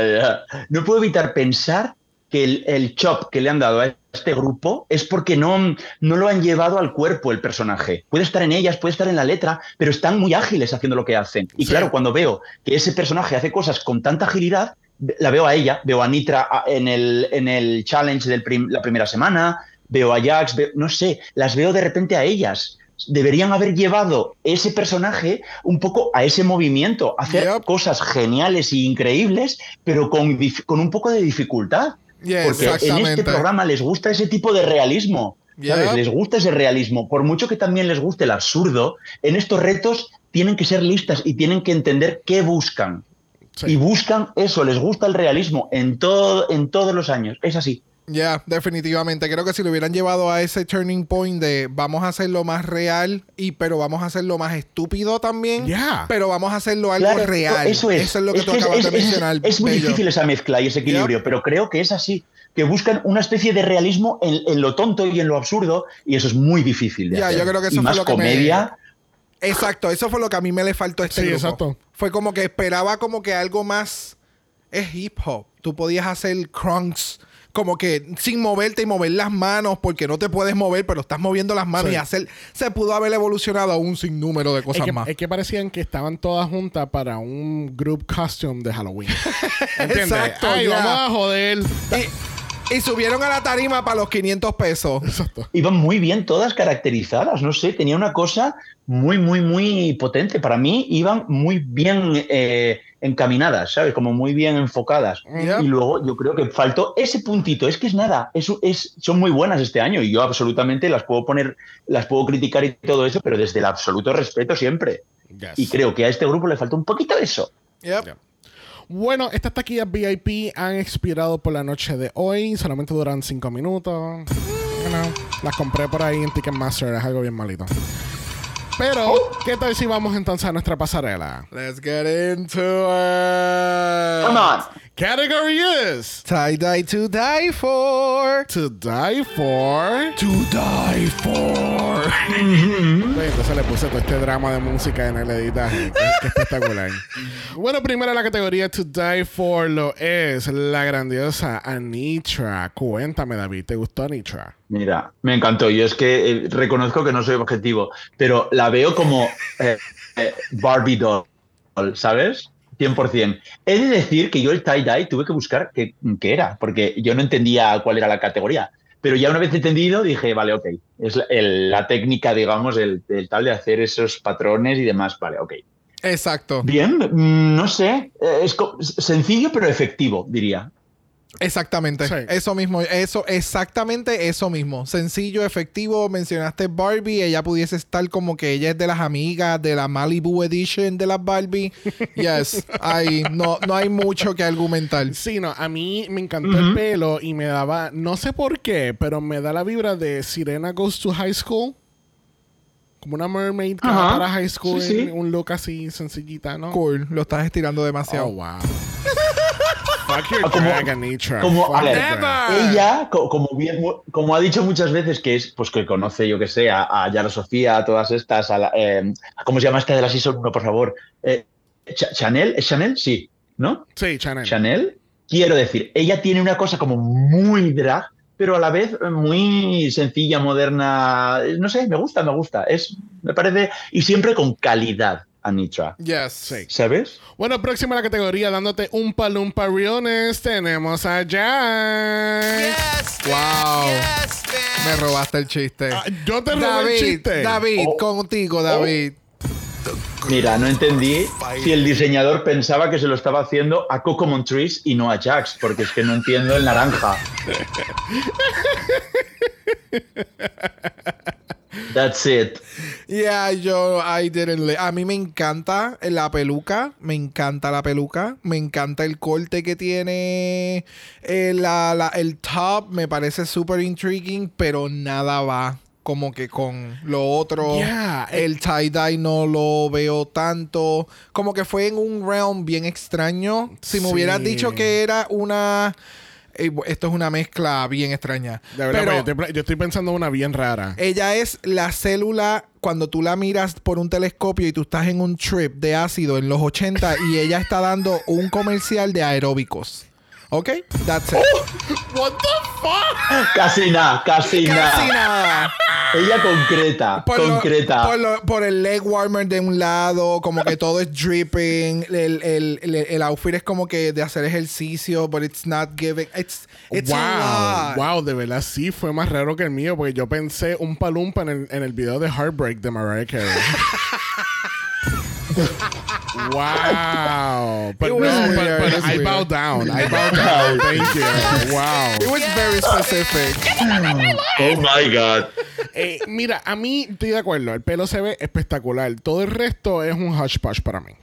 No puedo evitar pensar que el chop que le han dado a este grupo es porque no lo han llevado al cuerpo el personaje. Puede estar en ellas, puede estar en la letra, pero están muy ágiles haciendo lo que hacen. Y claro, cuando veo que ese personaje hace cosas con tanta agilidad, la veo a ella, veo a Nitra en el challenge de la primera semana, veo a Jax, no sé, las veo de repente a ellas. Deberían haber llevado ese personaje un poco a ese movimiento, hacer cosas geniales e increíbles, pero con un poco de dificultad. Porque en este programa les gusta ese tipo de realismo, ¿sabes? Les gusta ese realismo. Por mucho que también les guste el absurdo, en estos retos tienen que ser listas y tienen que entender qué buscan. Sí. Y buscan eso, les gusta el realismo en todos los años. Es así. Definitivamente. Creo que si lo hubieran llevado a ese turning point de vamos a hacerlo más real, pero vamos a hacerlo más estúpido también, pero vamos a hacerlo algo real. Eso es lo que tú acabas de mencionar. Es muy difícil esa mezcla y ese equilibrio, pero creo que es así. Que buscan una especie de realismo en lo tonto y en lo absurdo, y eso es muy difícil de hacer. Yo creo que eso y fue más lo que comedia. Exacto, eso fue lo que a mí me le faltó a este grupo. Exacto. Fue como que esperaba como que algo más... Es hip hop. Tú podías hacer crunks como que sin moverte y mover las manos porque no te puedes mover, pero estás moviendo las manos y se pudo haber evolucionado a un sinnúmero de cosas más. Es que parecían que estaban todas juntas para un group costume de Halloween. ¿Entiendes? Exacto. Ay, vamos a joder. Y subieron a la tarima para los 500 pesos. Exacto. Iban muy bien todas caracterizadas, no sé, tenía una cosa muy, muy, muy potente. Para mí iban muy bien encaminadas, ¿sabes? Como muy bien enfocadas. Y luego yo creo que faltó ese puntito. Es que es nada, son muy buenas este año y yo absolutamente las puedo criticar y todo eso, pero desde el absoluto respeto siempre. Y creo que a este grupo le faltó un poquito de eso. Bueno, estas taquillas VIP han expirado por la noche de hoy. Solamente duran 5 minutos. Las compré por ahí en Ticketmaster. Es algo bien malito. Pero, ¿qué tal si vamos entonces a nuestra pasarela? Let's get into it. Come on. Category is Tie-dye to die for. To die for. To die for. Entonces le puse todo este drama de música en el editaje. Que espectacular. Bueno, primero la categoría To Die For lo es la grandiosa Anitra. Cuéntame, David, ¿te gustó Anitra? Mira, me encantó. Yo es que reconozco que no soy objetivo, pero la veo como Barbie doll, ¿sabes? 100%. He de decir que yo el tie-dye tuve que buscar qué era, porque yo no entendía cuál era la categoría. Pero ya una vez entendido dije, vale, ok. Es la técnica, digamos, del tal de hacer esos patrones y demás. Vale, ok. Exacto. Bien, no sé. Es sencillo pero efectivo, diría. Exactamente. Eso mismo. Exactamente eso mismo. Sencillo, efectivo. Mencionaste Barbie. Ella pudiese estar como que ella es de las amigas de la Malibu Edition de las Barbie. Yes. No hay mucho que argumentar. Sí, no. A mí me encantó el pelo y me daba... No sé por qué, pero me da la vibra de Sirena Goes to High School. como una mermaid que Ajá. va para high school, Sí, sí. en un look así sencillita, ¿no? Cool. Lo estás estirando demasiado. Oh, wow. Fuck your Como- drag, Anitra. como- Fuck a ver, your drag. Ella, como ha dicho muchas veces, que es, pues que conoce, yo que sé, a Yara Sofía, a todas estas, ¿cómo se llama esta de la Season 1, por favor? ¿Chanel? ¿Es Chanel? Sí, ¿no? Sí, Chanel. Chanel. Quiero decir, ella tiene una cosa como muy drag, pero a la vez muy sencilla, moderna. No sé, me gusta. Me parece. Y siempre con calidad, Anitra. Yes. Sí. ¿Sabes? Bueno, próxima a la categoría, dándote un palumpa realness, tenemos a Jack. Wow. Me robaste el chiste. Yo te robé el chiste. David, Oh. contigo, David. Mira, no entendí si el diseñador pensaba que se lo estaba haciendo a Coco Montrese y no a Jax, porque es que no entiendo el naranja. That's it. Yeah, a mí me encanta la peluca. Me encanta la peluca. Me encanta el corte que tiene el top. Me parece súper intriguing, pero nada va como que con lo otro. Yeah. El tie-dye no lo veo tanto. Como que fue en un realm bien extraño. Si me Sí. hubieras dicho que era una... esto es una mezcla bien extraña. De verdad, Pero pero yo estoy pensando una bien rara. ella es la célula cuando tú la miras por un telescopio y tú estás en un trip de ácido en los 80 y ella está dando un comercial de aeróbicos. ¿Ok? That's it. What the fuck? Casi nada. Casi nada. Ella concreta. Por el leg warmer de un lado, como que todo es dripping. El outfit es como que de hacer ejercicio, but it's not giving. It's a lot. Wow, de verdad sí fue más raro que el mío, porque yo pensé un palumpa en el video de Heartbreak de Mariah Carey. Wow. But It was no, weird, but it was I weird. bow down. Thank you. Wow. It was very specific. Oh my God. Mira, a mí estoy de acuerdo. El pelo se ve espectacular. Todo el resto es un hush push para mí.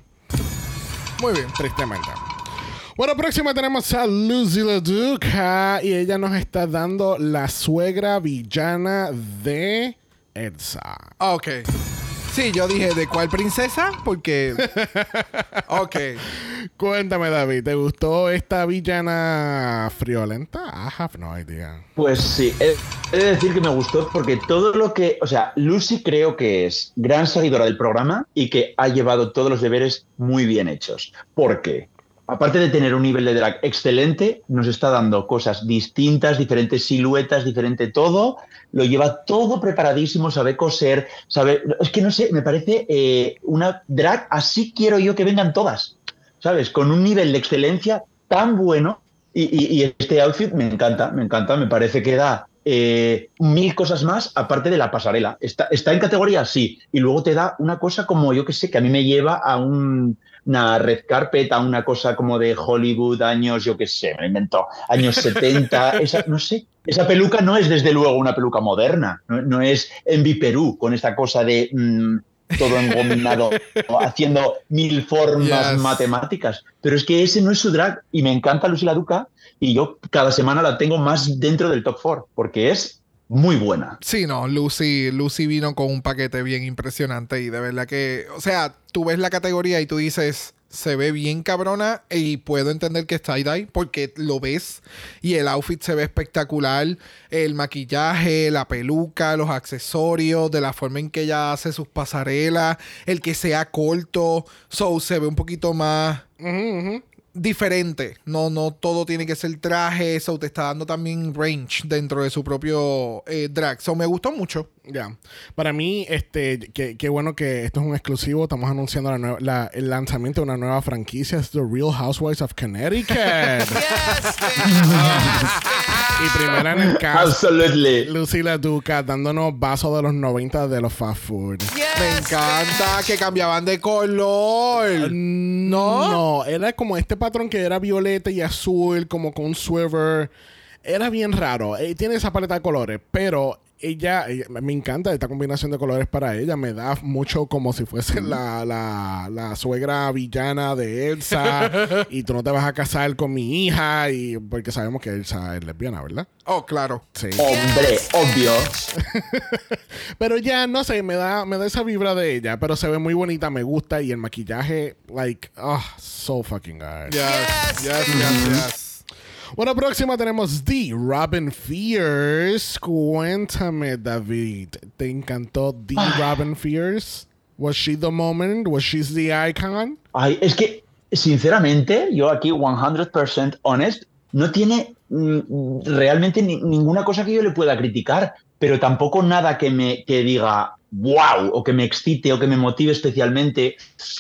Muy bien. Tristemente. Bueno, próxima tenemos a Lucy LaDuca y ella nos está dando la suegra villana de Elsa. Ok. Sí, yo dije, ¿de cuál princesa? Porque... Ok. Cuéntame, David, ¿te gustó esta villana friolenta? I have no idea. Pues sí, he de decir que me gustó porque todo lo que... O sea, Lucy creo que es gran seguidora del programa y que ha llevado todos los deberes muy bien hechos. Porque, aparte de tener un nivel de drag excelente, nos está dando cosas distintas, diferentes siluetas, diferente todo. Lo lleva todo preparadísimo, sabe coser, sabe... Es que no sé, me parece una drag, así quiero yo que vengan todas, ¿sabes? Con un nivel de excelencia tan bueno y este outfit me encanta, me parece que da 1000 cosas más aparte de la pasarela. ¿Está en categoría? Sí. Y luego te da una cosa como, yo que sé, que a mí me lleva a una red carpet, a una cosa como de Hollywood, años, yo que sé, me lo invento, años 70, no sé. Esa peluca no es desde luego una peluca moderna, no es Envy Perú con esta cosa de todo engominado, haciendo 1000 formas matemáticas. Pero es que ese no es su drag y me encanta Lucy LaDuca y yo cada semana la tengo más dentro del top 4 porque es muy buena. Sí, no, Lucy vino con un paquete bien impresionante y de verdad que, o sea, tú ves la categoría y tú dices, se ve bien cabrona y puedo entender que es tie-dye porque lo ves y el outfit se ve espectacular, el maquillaje, la peluca, los accesorios, de la forma en que ella hace sus pasarelas, el que sea corto, se ve un poquito más... diferente. No todo tiene que ser traje. Eso te está dando también range dentro de su propio drag. So me gustó mucho. Ya. Para mí, qué bueno que esto es un exclusivo. Estamos anunciando el lanzamiento de una nueva franquicia. Es The Real Housewives of Connecticut. Y primera en el cast. Absolutely. Lucy LaDuca dándonos vasos de los 90 de los fast food. Me encanta que cambiaban de color. No, era como este patrón que era violeta y azul, como con un swerver. Era bien raro. Tiene esa paleta de colores, pero ella me encanta esta combinación de colores para ella. Me da mucho como si fuese la suegra villana de Elsa. Y tú no te vas a casar con mi hija. Y porque sabemos que Elsa es lesbiana, ¿verdad? Oh, claro. Sí. Hombre, obvio. Pero ya, no sé, me da esa vibra de ella. Pero se ve muy bonita, me gusta. Y el maquillaje, like, so fucking good. Yes. Bueno, próxima tenemos The Robin Fierce. Cuéntame, David. ¿Te encantó The Robin Fierce? Was she the moment? Was she the icon? Ay, es que, sinceramente, yo aquí 100% honest, no tiene realmente ninguna cosa que yo le pueda criticar, pero tampoco nada que diga wow, o que me excite, o que me motive especialmente.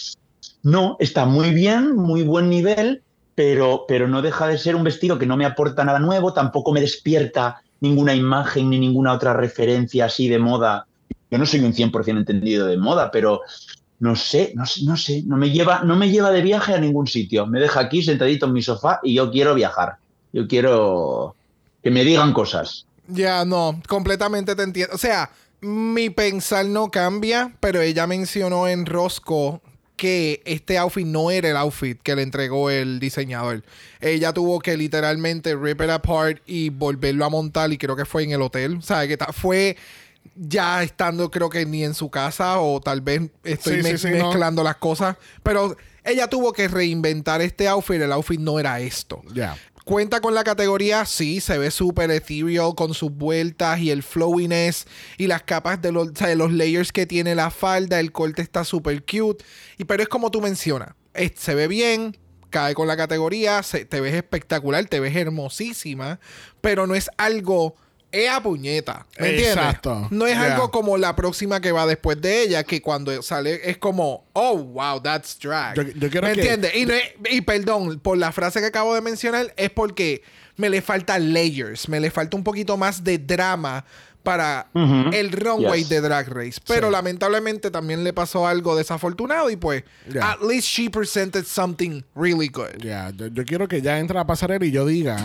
No, está muy bien, muy buen nivel, pero no deja de ser un vestido que no me aporta nada nuevo, tampoco me despierta ninguna imagen ni ninguna otra referencia así de moda. Yo no soy un 100% entendido de moda, pero no sé, no me lleva de viaje a ningún sitio. Me deja aquí sentadito en mi sofá y yo quiero viajar. Yo quiero que me digan cosas. Ya, no, completamente te entiendo. O sea, mi pensar no cambia, pero ella mencionó en Rosco que este outfit no era el outfit que le entregó el diseñador. Ella tuvo que literalmente rip it apart y volverlo a montar, y creo que fue en el hotel. O sea, que fue ya estando, creo que ni en su casa, o tal vez estoy mezclando las cosas. Pero ella tuvo que reinventar este outfit. El outfit no era esto. Yeah. Cuenta con la categoría, sí, se ve súper ethereal con sus vueltas y el flowiness y las capas de los layers que tiene la falda. El corte está súper cute. Pero es como tú mencionas, se ve bien, cae con la categoría, te ves espectacular, te ves hermosísima, pero no es algo... ¡Ea puñeta! ¿Me entiendes? Exacto. No es algo como la próxima que va después de ella, que cuando sale es como, oh, wow, that's drag. Yo quiero ¿Me entiendes? Y perdón, por la frase que acabo de mencionar, es porque me le falta layers, me le falta un poquito más de drama para el runway de Drag Race. Pero lamentablemente también le pasó algo desafortunado y pues, at least she presented something really good. Yo quiero que ya entre a la pasarela y yo diga...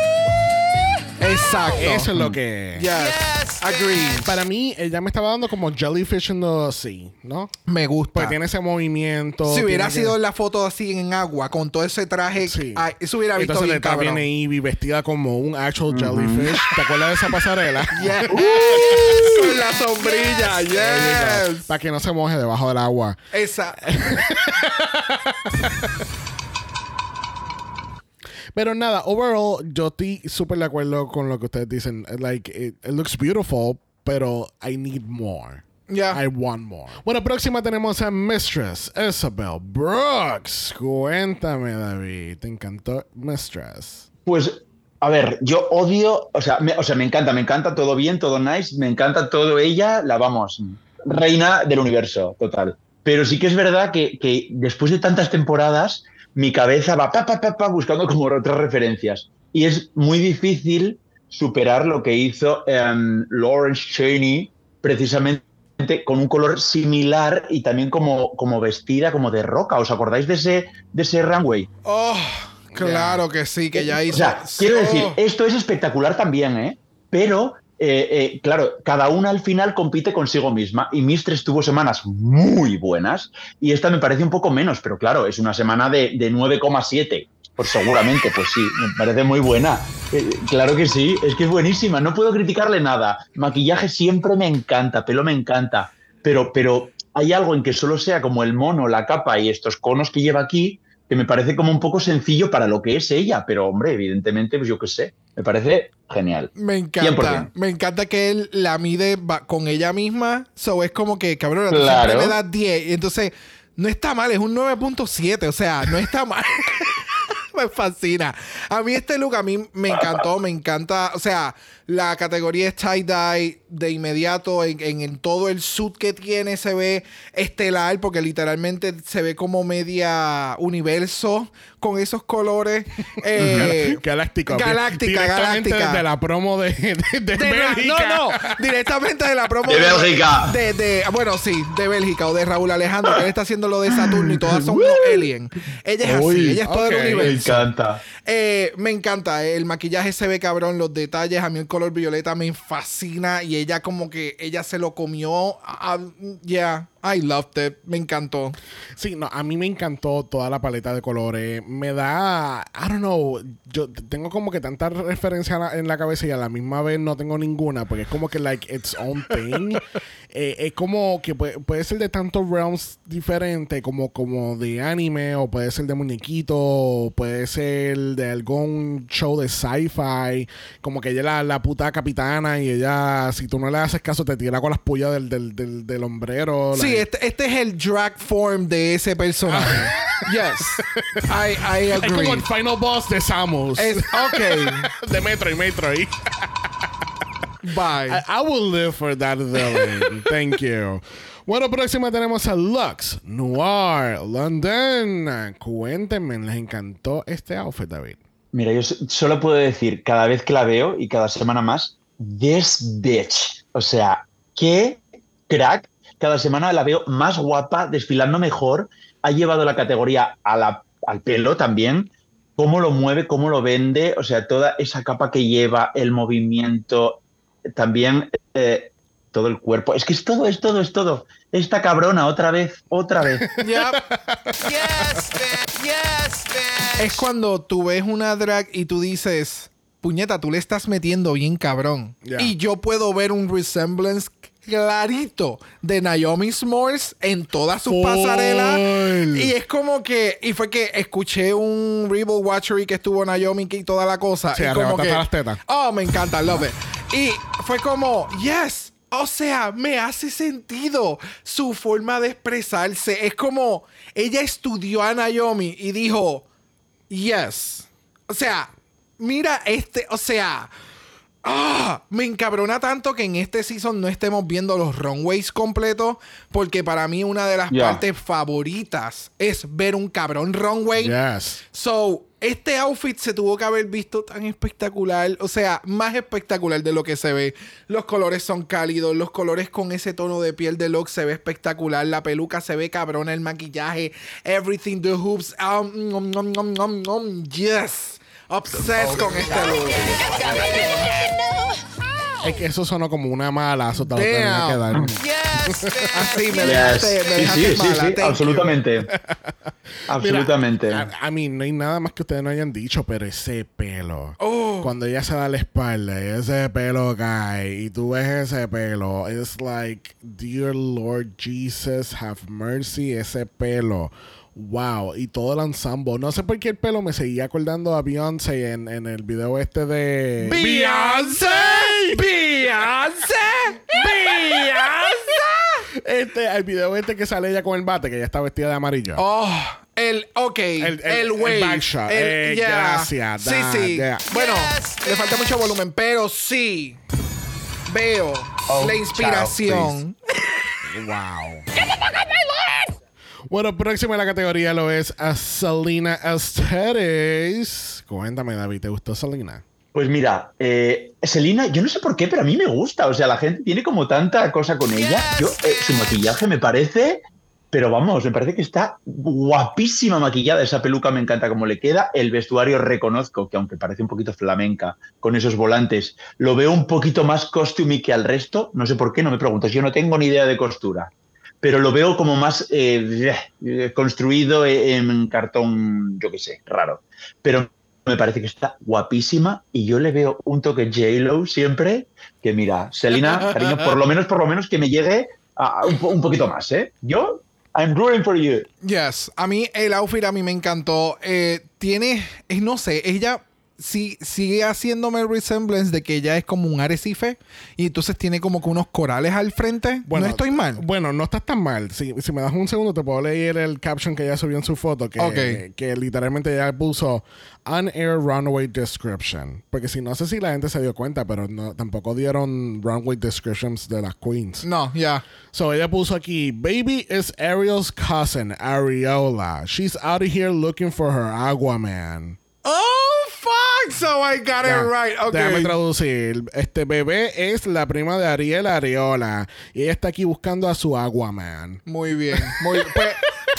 Exacto. Eso es lo que... Yes. Agreed. Para mí, ella me estaba dando como jellyfish in the sea, ¿no? Me gusta. Porque tiene ese movimiento. Si hubiera sido la foto así en agua, con todo ese traje, eso hubiera visto entonces bien cabrón. Viene Ivy vestida como un actual jellyfish. ¿Te acuerdas de esa pasarela? Yes. Con la sombrilla. Yes. Para que no se moje debajo del agua. Exacto. Pero nada, overall, yo estoy súper de acuerdo con lo que ustedes dicen. Like, it looks beautiful, pero I need more. Yeah. I want more. Bueno, próxima tenemos a Mistress Isabel Brooks. Cuéntame, David. ¿Te encantó Mistress? Pues, a ver, yo odio... O sea, me encanta. Todo bien, todo nice. Me encanta todo ella. Reina del universo, total. Pero sí que es verdad que después de tantas temporadas... mi cabeza va buscando como otras referencias. Y es muy difícil superar lo que hizo Lawrence Chaney, precisamente con un color similar y también como vestida como de roca. ¿Os acordáis de ese runway? Oh, claro que sí, que ya hizo... O sea, quiero decir, esto es espectacular también, ¿eh? Pero... claro, cada una al final compite consigo misma y Mistress tuvo semanas muy buenas y esta me parece un poco menos, pero claro, es una semana de 9,7. Pues seguramente, pues sí, me parece muy buena. Claro que sí, es que es buenísima, no puedo criticarle nada. Maquillaje siempre me encanta, pelo me encanta, pero hay algo en que solo sea como el mono, la capa y estos conos que lleva aquí, que me parece como un poco sencillo para lo que es ella, pero hombre, evidentemente, pues yo qué sé, me parece genial. Me encanta. 100%. Me encanta que él la mide con ella misma, so es como que, cabrón, tú siempre le das 10, y entonces no está mal, es un 9.7, o sea, no está mal. Me fascina. A mí este look, a mí me encantó, me encanta, o sea, la categoría es tie-dye de inmediato, en todo el suit que tiene se ve estelar, porque literalmente se ve como media universo con esos colores. Galáctica. Galáctica. De la promo de Bélgica. No, directamente de la promo de Bélgica. Bueno, sí, de Bélgica o de Raúl Alejandro, que él está haciendo lo de Saturno y todas son unos alien. Ella es así, ella es todo el universo. Me encanta. Me encanta, el maquillaje se ve cabrón, los detalles, a mí el color violeta me fascina y ella como que ella se lo comió. Yeah, I loved it. Me encantó. Sí, no, a mí me encantó toda la paleta de colores. Me da, I don't know, yo tengo como que tanta referencia en la cabeza y a la misma vez no tengo ninguna, porque es como que like its own thing. Es como que puede ser de tantos realms diferentes, como de anime, o puede ser de muñequito, o puede ser de algún show de sci-fi, como que ella es la puta capitana y ella, si tú no le haces caso, te tira con las pullas del hombrero. Sí, este es el drag form de ese personaje. Yes. I agree. Es como el final boss de Samus. Ok. De Metroid. Bye. I will live for that villain. Thank you. Bueno, próxima tenemos a Lux Noir London. Cuéntenme, ¿les encantó este outfit, David? Mira, yo solo puedo decir, cada vez que la veo y cada semana más, this bitch. O sea, qué crack. Cada semana la veo más guapa, desfilando mejor. Ha llevado la categoría al pelo también. Cómo lo mueve, cómo lo vende. O sea, toda esa capa que lleva, el movimiento, también todo el cuerpo. Es que es todo. Esta cabrona, otra vez. Yep. Yes, man. Es cuando tú ves una drag y tú dices, puñeta, tú le estás metiendo bien cabrón. Yeah. Y yo puedo ver un resemblance clarito de Naomi Smalls en todas sus pasarelas. Y es como que... Y fue que escuché un Rebel Watchery que estuvo Naomi y toda la cosa. Sí, y como que, las tetas. Oh, me encanta, love it. Y fue como, yes. O sea, me hace sentido su forma de expresarse. Es como... Ella estudió a Naomi y dijo, yes. O sea, mira o sea... me encabrona tanto que en este season no estemos viendo los runways completos, porque para mí una de las partes favoritas es ver un cabrón runway. Yes. So, este outfit se tuvo que haber visto tan espectacular, o sea, más espectacular de lo que se ve. Los colores son cálidos, los colores con ese tono de piel de Lux se ve espectacular, la peluca se ve cabrona, el maquillaje, everything, the hoops, yes. Obsessed con este look. Es que eso sonó como una mala. Eso te lo tenía que dar. Yes. Así me dejaste Sí, absolutamente. Absolutamente. Mira, a mí no hay nada más que ustedes no hayan dicho, pero ese pelo. Cuando ella se da la espalda y ese pelo cae y tú ves ese pelo, it's like, dear Lord Jesus, have mercy, ese pelo. Wow, y todo el ensemble. No sé por qué el pelo me seguía acordando a Beyoncé en el video este de... ¡Beyoncé! El video este que sale ella con el bate, que ella está vestida de amarillo. El wave. El backshot. Gracias. Sí. Bueno, le falta mucho volumen, pero sí veo la inspiración. Wow. Bueno, próxima en la categoría lo es a Selena Aesthetics. Cuéntame, David, ¿te gustó Selena? Pues mira, Selena, yo no sé por qué, pero a mí me gusta. O sea, la gente tiene como tanta cosa con ella. Yo, su maquillaje me parece... Pero vamos, me parece que está guapísima maquillada. Esa peluca me encanta cómo le queda. El vestuario reconozco que, aunque parece un poquito flamenca, con esos volantes, lo veo un poquito más costumey que al resto. No sé por qué, no me preguntes. Yo no tengo ni idea de costura. Pero lo veo como más construido en cartón, yo qué sé, raro. Pero me parece que está guapísima y yo le veo un toque J-Lo siempre, que mira, Selena, cariño, por lo menos que me llegue a un poquito más, ¿eh? I'm rooting for you. Yes. A mí el outfit a mí me encantó. No sé, ella... Sí, sigue haciéndome el resemblance de que ella es como un arrecife y entonces tiene como que unos corales al frente. Bueno, ¿no estoy mal? Bueno, no estás tan mal. Si me das un segundo, te puedo leer el caption que ella subió en su foto, que literalmente ella puso On-Air Runway Description. Porque no sé si la gente se dio cuenta, pero tampoco dieron runway descriptions de las queens. No, ya. So ella puso aquí, Baby is Ariel's cousin, Ariola. She's out of here looking for her Aquaman. Oh, fuck. So I got it right. Okay. Déjame traducir. Bebé es la prima de Ariel Ariola. Y ella está aquí buscando a su Aquaman. Muy bien. Pues,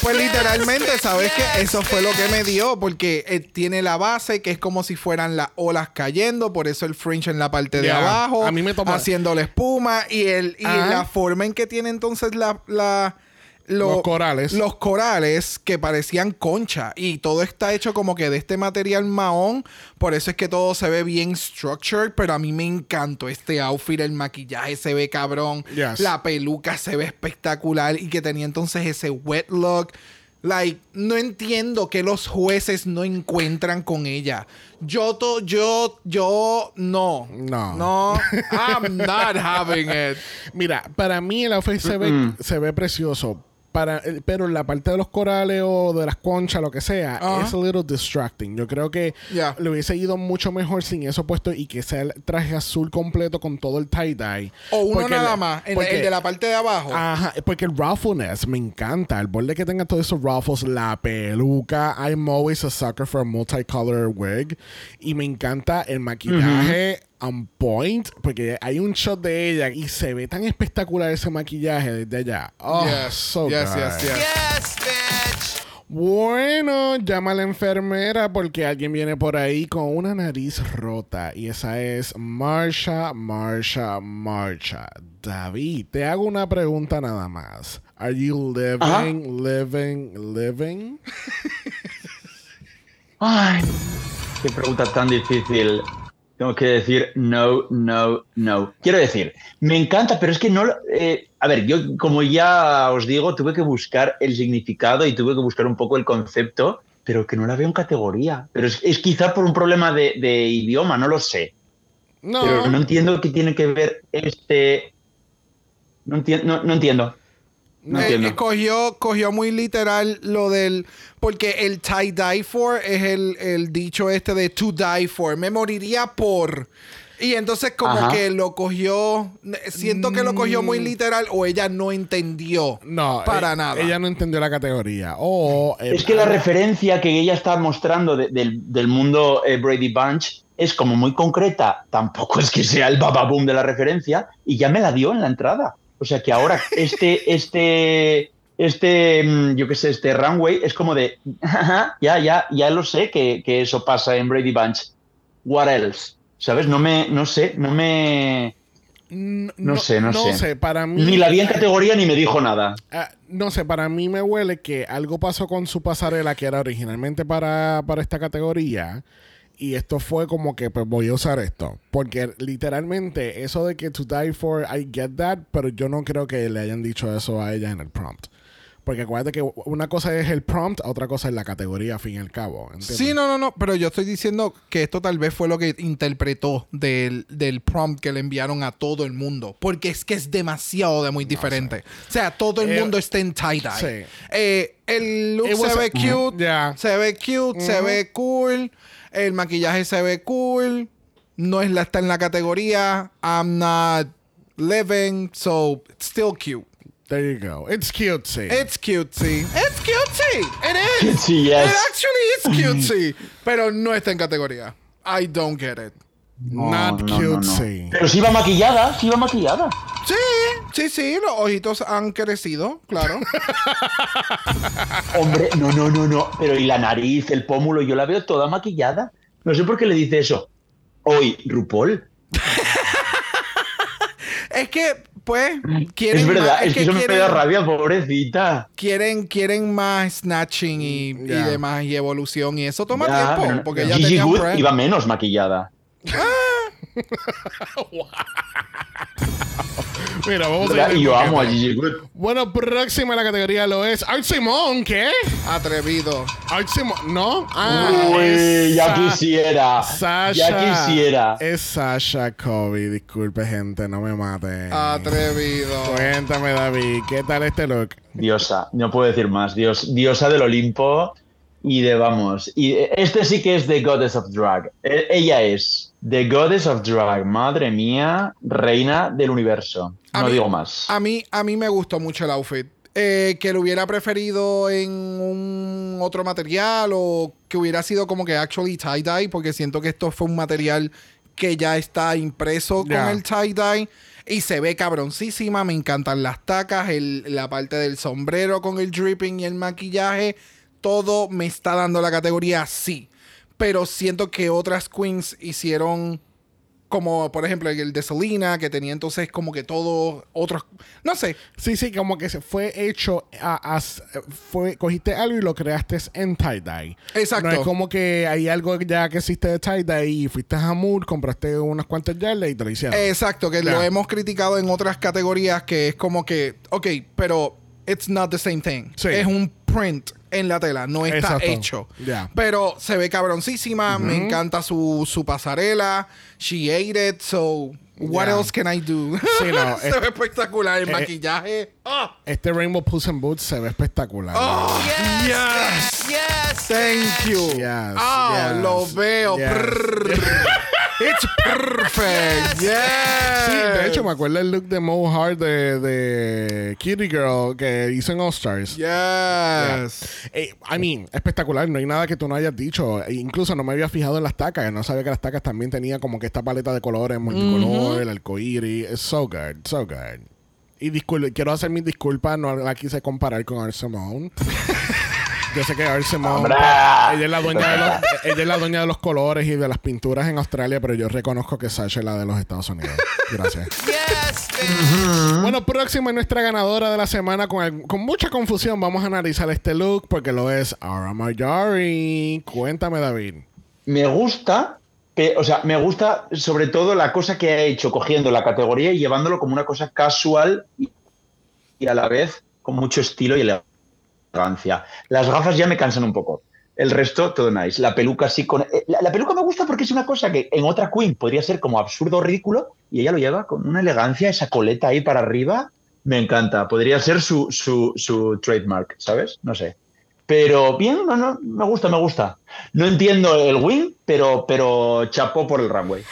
Pues literalmente, ¿sabes qué? Eso fue lo que me dio, porque tiene la base que es como si fueran las olas cayendo, por eso el fringe en la parte de abajo, a mí me tomó haciendo la espuma y la forma en que tiene entonces los corales que parecían concha y todo está hecho como que de este material mahón, por eso es que todo se ve bien structured, pero a mí me encantó este outfit, el maquillaje se ve cabrón, la peluca se ve espectacular y que tenía entonces ese wet look. Like, no entiendo que los jueces no encuentran con ella. No, I'm not having it. Mira, para mí el outfit se ve precioso. Pero la parte de los corales o de las conchas, lo que sea, es a little distracting. Yo creo que le hubiese ido mucho mejor sin eso puesto y que sea el traje azul completo con todo el tie-dye. O uno nada más, el de la parte de abajo. Ajá, porque el ruffleness me encanta. El borde que tenga todos esos ruffles, la peluca. I'm always a sucker for a multicolor wig. Y me encanta el maquillaje. On point, porque hay un shot de ella y se ve tan espectacular ese maquillaje desde allá. Oh, so good. Yes, bitch. Bueno, llama a la enfermera porque alguien viene por ahí con una nariz rota y esa es Marsha. David, te hago una pregunta nada más. Are you living? Ay, qué pregunta tan difícil. Tengo que decir no. Quiero decir, me encanta, pero es que no... a ver, yo como ya os digo, tuve que buscar el significado y tuve que buscar un poco el concepto, pero que no la veo en categoría. Pero es quizá por un problema de idioma, no lo sé. No. Pero no entiendo qué tiene que ver No entiendo. No entiendo. Cogió muy literal lo del... Porque el tie-dye for es el dicho este de to die for. Me moriría por... Y entonces como que lo cogió... Siento que lo cogió muy literal o ella no entendió para nada. Ella no entendió la categoría. Es que la referencia que ella está mostrando del mundo Brady Bunch es como muy concreta. Tampoco es que sea el bababoom de la referencia y ya me la dio en la entrada. O sea que ahora yo qué sé, este runway es como de, ya lo sé que eso pasa en Brady Bunch. What else? ¿Sabes? No sé. No sé. Para mí, ni la vi en categoría ni me dijo nada. No sé, para mí me huele que algo pasó con su pasarela que era originalmente para esta categoría. Y esto fue como que pues voy a usar esto. Porque literalmente eso de que to die for, I get that, pero yo no creo que le hayan dicho eso a ella en el prompt. Porque acuérdate que una cosa es el prompt, otra cosa es la categoría, al fin y al cabo. ¿Entiendes? Sí, no. Pero yo estoy diciendo que esto tal vez fue lo que interpretó del prompt que le enviaron a todo el mundo. Porque es que es demasiado de muy diferente. O sea, todo el mundo está en tie-dye. Sí. El look se ve cute. Se ve cute, se ve cool. El maquillaje se ve cool. No está en la categoría. I'm not living. So, it's still cute. There you go. It's cutesy. It is. Sí, yes. It actually is cutesy. Pero no está en categoría. I don't get it. Not cutesy. Pero sí va maquillada. Sí. Los ojitos han crecido, claro. Hombre, no. Pero y la nariz, el pómulo, yo la veo toda maquillada. No sé por qué le dice eso. Hoy, RuPaul. Es que, pues, quieren... Es verdad, es que eso me da rabia, pobrecita. Quieren más snatching y demás, y evolución, y eso toma tiempo, porque ya Gigi tenía un Good brand. iba menos maquillada. Mira, vamos a ir. Y yo amo a Gigi Good. Bueno, próxima a la categoría lo es Art Simone. ¿Qué? Atrevido. Art Simone, ¿no? Uy, ya quisiera. Sasha. Ya quisiera. Es Sasha Kobe. Disculpe, gente, no me mate. Atrevido. Cuéntame, David, ¿qué tal este look? Diosa, no puedo decir más. Diosa del Olimpo y este sí que es The Goddess of Drag. Ella es The Goddess of Drag. Madre mía, reina del universo. No digo más. A mí me gustó mucho el outfit. Que lo hubiera preferido en un otro material o que hubiera sido como que actually tie-dye, porque siento que esto fue un material que ya está impreso con el tie-dye. Y se ve cabroncísima. Me encantan las tacas, la parte del sombrero con el dripping y el maquillaje. Todo me está dando la categoría sí. Pero siento que otras queens hicieron... Como, por ejemplo, el de Selena, que tenía entonces como que todo otros... No sé. Sí, como que se fue hecho... cogiste algo y lo creaste en tie-dye. Exacto. No es como que hay algo ya que existe de tie-dye y fuiste a Mood, compraste unas cuantas yardas y te lo hicieron. Exacto, que lo hemos criticado en otras categorías, que es como que... Ok, pero it's not the same thing. Sí. Es un print en la tela, no está hecho. Pero se ve cabroncísima, me encanta su pasarela. She ate it, so what else can I do? Sí, no, se ve espectacular el maquillaje. Este Rainbow Puss in Boots se ve espectacular. Oh, yes. Thank you. Yes. Lo veo. It's perfect. Yes. Sí, de hecho me acuerdo el look de Mo Hart de Kitty Girl que hizo en All Stars. Yes. I mean, espectacular. No hay nada que tú no hayas dicho. Incluso no me había fijado en las tacas. No sabía que las tacas también tenían como que esta paleta de colores multicolor, el arcoíris. It's so good, so good. Y quiero hacer mis disculpas. No la quise comparar con Art Simone. Yo sé que Art Simone, ella es la dueña de los colores y de las pinturas en Australia, pero yo reconozco que Sasha es la de los Estados Unidos. Gracias. Bueno, próxima es nuestra ganadora de la semana. Con mucha confusión vamos a analizar este look porque lo es Ara Mayari. Cuéntame, David. Me gusta sobre todo la cosa que ha hecho cogiendo la categoría y llevándolo como una cosa casual y a la vez con mucho estilo y elegancia. Las gafas ya me cansan un poco. El resto, todo nice. La peluca sí con... La peluca me gusta porque es una cosa que en otra queen podría ser como absurdo o ridículo y ella lo lleva con una elegancia, esa coleta ahí para arriba. Me encanta. Podría ser su trademark, ¿sabes? No sé. Pero bien, no, me gusta. No entiendo el win, pero chapó por el runway.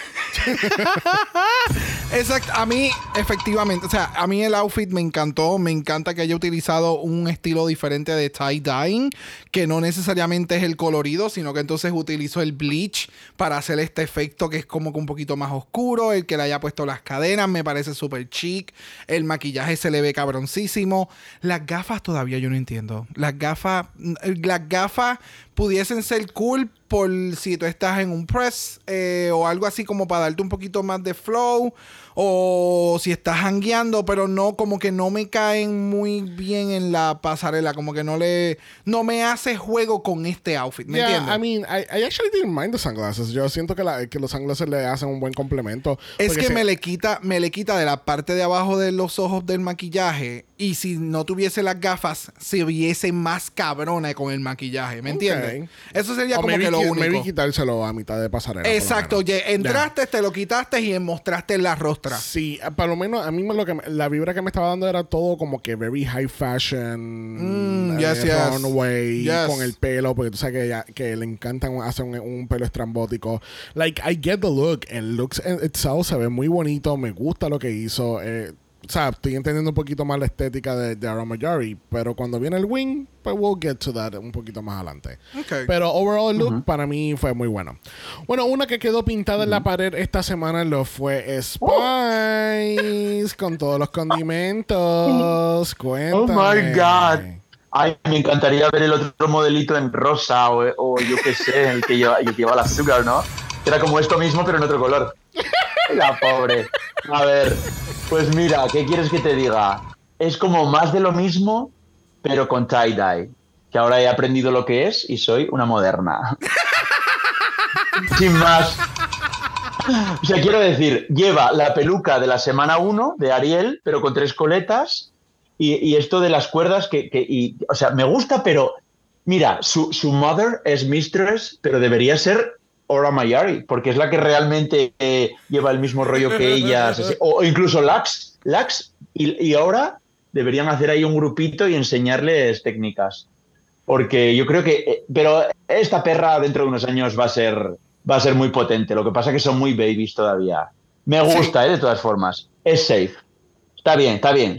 Exacto, a mí efectivamente, o sea, a mí el outfit me encantó, me encanta que haya utilizado un estilo diferente de tie-dyeing, que no necesariamente es el colorido, sino que entonces utilizó el bleach para hacer este efecto que es como que un poquito más oscuro, el que le haya puesto las cadenas me parece súper chic, el maquillaje se le ve cabroncísimo, las gafas todavía yo no entiendo, las gafas pudiesen ser cool por si tú estás en un press o algo así como para darte un poquito más de flow, o si estás jangueando, pero no, como que no me caen muy bien en la pasarela, como que no me hace juego con este outfit, ¿me entiendes? I mean, I actually didn't mind the sunglasses. Yo siento que los sunglasses le hacen un buen complemento. Es que me le quita de la parte de abajo de los ojos del maquillaje, y si no tuviese las gafas se viese más cabrona con el maquillaje, ¿me entiendes? Eso sería como que lo único. Maybe quitárselo a mitad de pasarela. Exacto, entraste, te lo quitaste y mostraste la rostra. Sí, por lo menos a mí la vibra que me estaba dando era todo como que very high fashion, runway, con el pelo, porque tú sabes que le encantan hacer un pelo estrambótico. Like, I get the look. El look itself se ve muy bonito, me gusta lo que hizo. O sea, estoy entendiendo un poquito más la estética de Ara Mayari, pero cuando viene el wing, pues we'll get to that un poquito más adelante. Okay. Pero overall look para mí fue muy bueno. Bueno, una que quedó pintada en la pared esta semana lo fue Spice con todos los condimentos. Cuéntame. Oh my God. Ay, me encantaría ver el otro modelito en rosa o yo qué sé, el que lleva la Sugar, ¿no? Era como esto mismo, pero en otro color. La pobre. A ver, pues mira, ¿qué quieres que te diga? Es como más de lo mismo, pero con tie-dye. Que ahora he aprendido lo que es y soy una moderna. Sin más. O sea, quiero decir, lleva la peluca de la semana 1 de Ariel, pero con 3 coletas. Y esto de las cuerdas o sea, me gusta, pero mira, su mother es Mistress, pero debería ser Ara Mayari, porque es la que realmente lleva el mismo rollo que ellas, o incluso Lux y ahora deberían hacer ahí un grupito y enseñarles técnicas, porque yo creo que pero esta perra dentro de unos años va a ser muy potente. Lo que pasa es que son muy babies todavía. Me gusta, de todas formas, es safe, está bien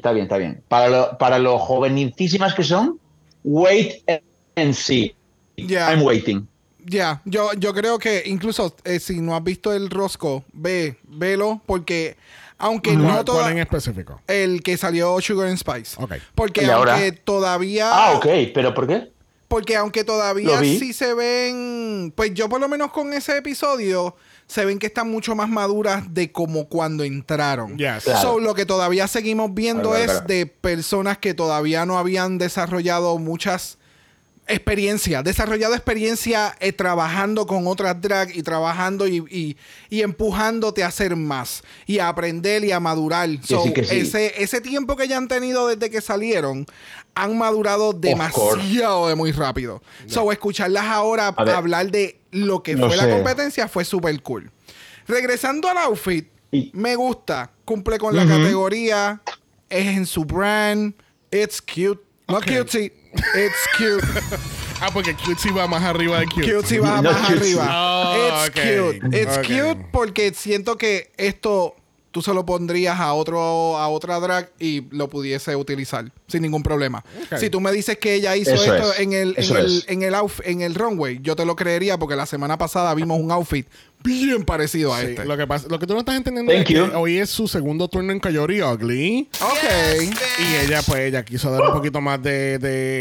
para lo jovencísimas que son. Wait and see. I'm waiting. Yo creo que incluso si no has visto el Roscoe, velo, porque aunque no todo... ¿Cuál en específico? El que salió Sugar and Spice. Ok. Porque ¿Y ahora? aunque todavía... Ah, ok. ¿Pero por qué? Porque aunque todavía Lo vi. sí se ven... Pues yo por lo menos con ese episodio... Se ven que están mucho más maduras de como cuando entraron. Yes. Claro. So, lo que todavía seguimos viendo Claro. es de personas que todavía no habían desarrollado muchas experiencias. Desarrollado experiencia trabajando con otras drag y trabajando y empujándote a hacer más. Y a aprender y a madurar. Que sí. Ese tiempo que ya han tenido desde que salieron... Han madurado demasiado de muy rápido. So, escucharlas ahora hablar de lo que fue la competencia fue súper cool. Regresando al outfit, me gusta. Cumple con la categoría. Es en su brand. It's cute. No cutesy. It's cute. Porque cutesy va más arriba de cute. Cutesy va más arriba. It's okay. cute. It's cute porque siento que esto... Tú se lo pondrías a otra drag y lo pudiese utilizar sin ningún problema. Okay. Si tú me dices que ella hizo Eso esto es. en el runway, yo te lo creería porque la semana pasada vimos un outfit bien parecido a Sí, este. lo que tú no estás entendiendo Thank es que you. hoy es su segundo turno en Coyote Ugly. Ok. Y ella quiso dar un poquito más de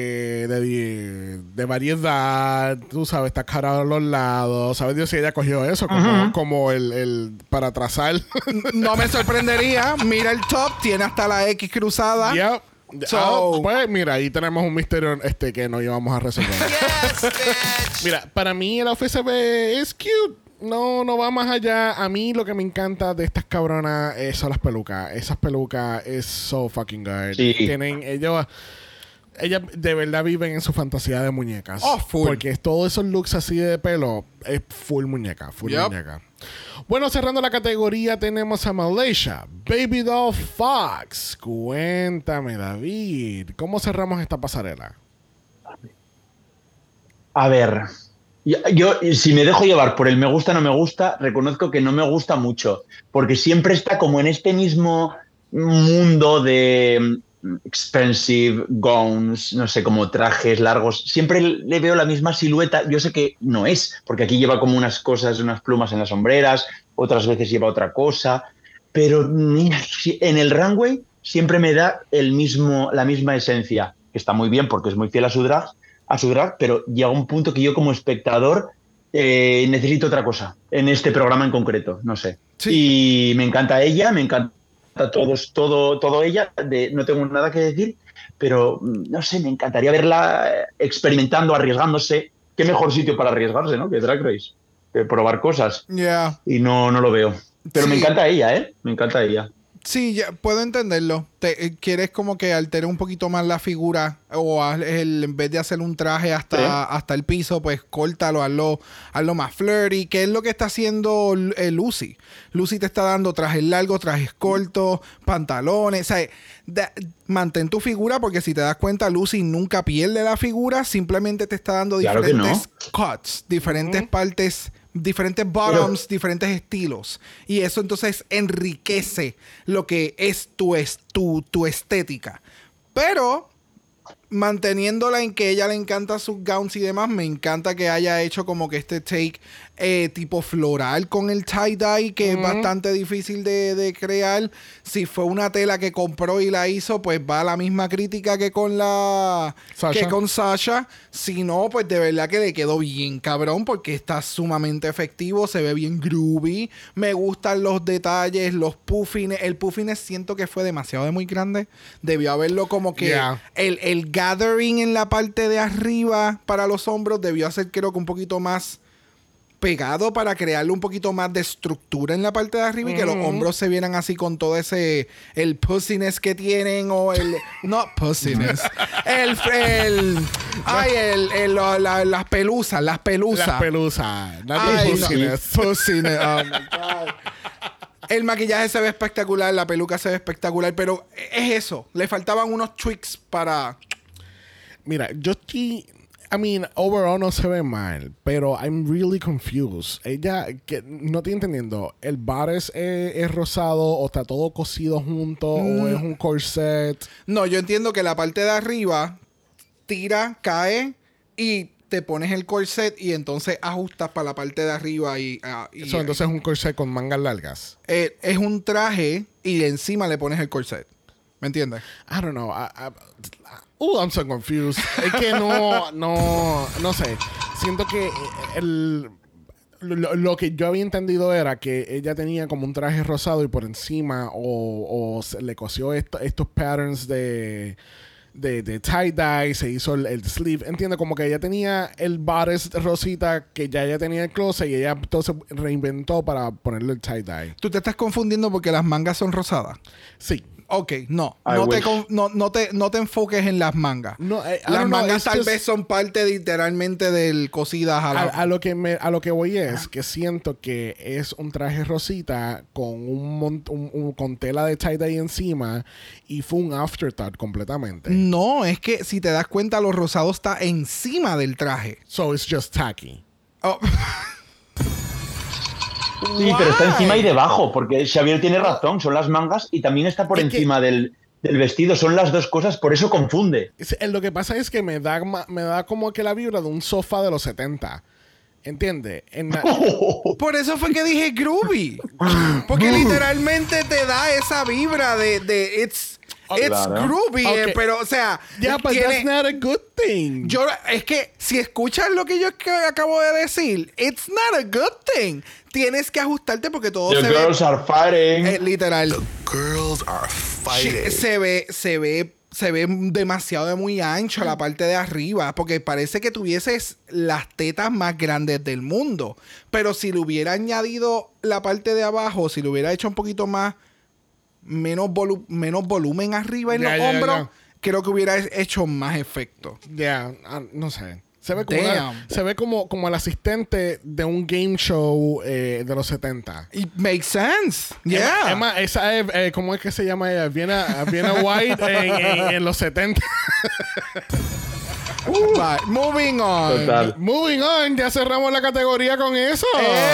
variedad. Tú sabes, está cara a los lados. ¿Sabes Dios si ella cogió eso como el para trazar? No me sorprendería. Mira el top, tiene hasta la X cruzada. Yep. So- Pues mira, ahí tenemos un misterio que no íbamos a resolver. Mira, para mí el outfit se ve es cute. No va más allá. A mí lo que me encanta de estas cabronas son las pelucas. Esas pelucas es so fucking good. Sí. Ellas de verdad viven en su fantasía de muñecas. Oh, full. Porque todos esos looks así de pelo es full muñeca. Bueno, cerrando la categoría tenemos a Malaysia. Baby Doll Fox. Cuéntame, David. ¿Cómo cerramos esta pasarela? A ver, yo si me dejo llevar por el me gusta, no me gusta, reconozco que no me gusta mucho, porque siempre está como en este mismo mundo de expensive gowns, no sé, como trajes largos. Siempre le veo la misma silueta. Yo sé que no es, porque aquí lleva como unas cosas, unas plumas en las sombreras, otras veces lleva otra cosa, pero mira, en el runway siempre me da la misma esencia, que está muy bien porque es muy fiel a su drag, pero llega un punto que yo como espectador necesito otra cosa en este programa en concreto, no sé. Sí. Y me encanta ella, me encanta todo ella, no tengo nada que decir, pero no sé, me encantaría verla experimentando, arriesgándose. Qué mejor sitio para arriesgarse, ¿no? Que Drag Race, que probar cosas. Y no lo veo. Pero me encanta ella, ¿eh? Me encanta ella. Sí, ya puedo entenderlo. Quieres como que altere un poquito más la figura o en vez de hacer un traje hasta el piso, pues córtalo, hazlo más flirty, que es lo que está haciendo Lucy. Lucy te está dando trajes largos, trajes cortos, pantalones. O sea, mantén tu figura porque si te das cuenta, Lucy nunca pierde la figura, simplemente te está dando diferentes cuts, diferentes partes, diferentes bottoms, diferentes estilos. Y eso entonces enriquece lo que es tu estética. Pero manteniéndola en que ella le encanta sus gowns y demás, me encanta que haya hecho como que este take tipo floral con el tie-dye, que es bastante difícil de crear. Si fue una tela que compró y la hizo, pues va a la misma crítica que con Sasha. Si no, pues de verdad que le quedó bien cabrón porque está sumamente efectivo, se ve bien groovy. Me gustan los detalles, los puffines. El puffines siento que fue demasiado de muy grande. Debió haberlo como que el gathering en la parte de arriba para los hombros debió hacer, creo que un poquito más pegado para crearle un poquito más de estructura en la parte de arriba y que los hombros se vieran así con todo el pussiness que tienen o no pussiness las pelusas pussiness. Oh my God. El maquillaje se ve espectacular, la peluca se ve espectacular, pero es eso, le faltaban unos tweaks para... Mira, overall no se ve mal, pero I'm really confused. Ella, que no estoy entendiendo, ¿el bodice es rosado o está todo cosido junto o es un corset? No, yo entiendo que la parte de arriba tira, cae y te pones el corset y entonces ajustas para la parte de arriba Eso entonces es un corset con mangas largas. Es un traje y encima le pones el corset. ¿Me entiendes? I don't know. I'm so confused. Es que no sé. Siento que lo que yo había entendido era que ella tenía como un traje rosado y por encima o se le cosió estos patterns de tie-dye, se hizo el sleeve. Entiende, como que ella tenía el bodice rosita que ya ella tenía en el closet y ella entonces reinventó para ponerle el tie-dye. ¿Tú te estás confundiendo porque las mangas son rosadas? Sí. Ok, no te enfoques en las mangas. Las mangas tal vez son parte literalmente del cosidas a lo que voy es que siento que es un traje rosita con con tela de tie-dye encima y fue un afterthought completamente. No, es que si te das cuenta, lo rosado está encima del traje. So it's just tacky. Oh. Sí, pero está encima y debajo, porque Xavier tiene razón, son las mangas y también está por encima del vestido, son las dos cosas, por eso confunde. Lo que pasa es que me da como que la vibra de un sofá de los 70. ¿Entiendes? Por eso fue que dije groovy. Porque literalmente te da esa vibra de it's groovy, okay. Pero o sea... Yeah, but that's not a good thing. Es que si escuchas lo que yo acabo de decir, it's not a good thing. Tienes que ajustarte porque todo The girls are fighting. Literal. The girls are fighting. Se ve demasiado de muy ancho la parte de arriba, porque parece que tuvieses las tetas más grandes del mundo. Pero si le hubiera añadido la parte de abajo, si le hubiera hecho un poquito más menos volumen arriba en los hombros, creo que hubiera hecho más efecto. No sé. Se ve como el asistente de un game show de los 70. It makes sense. Yeah. Emma, esa es, ¿cómo es que se llama ella? Viena White en los 70. Moving on. Total. Moving on. Ya cerramos la categoría con eso.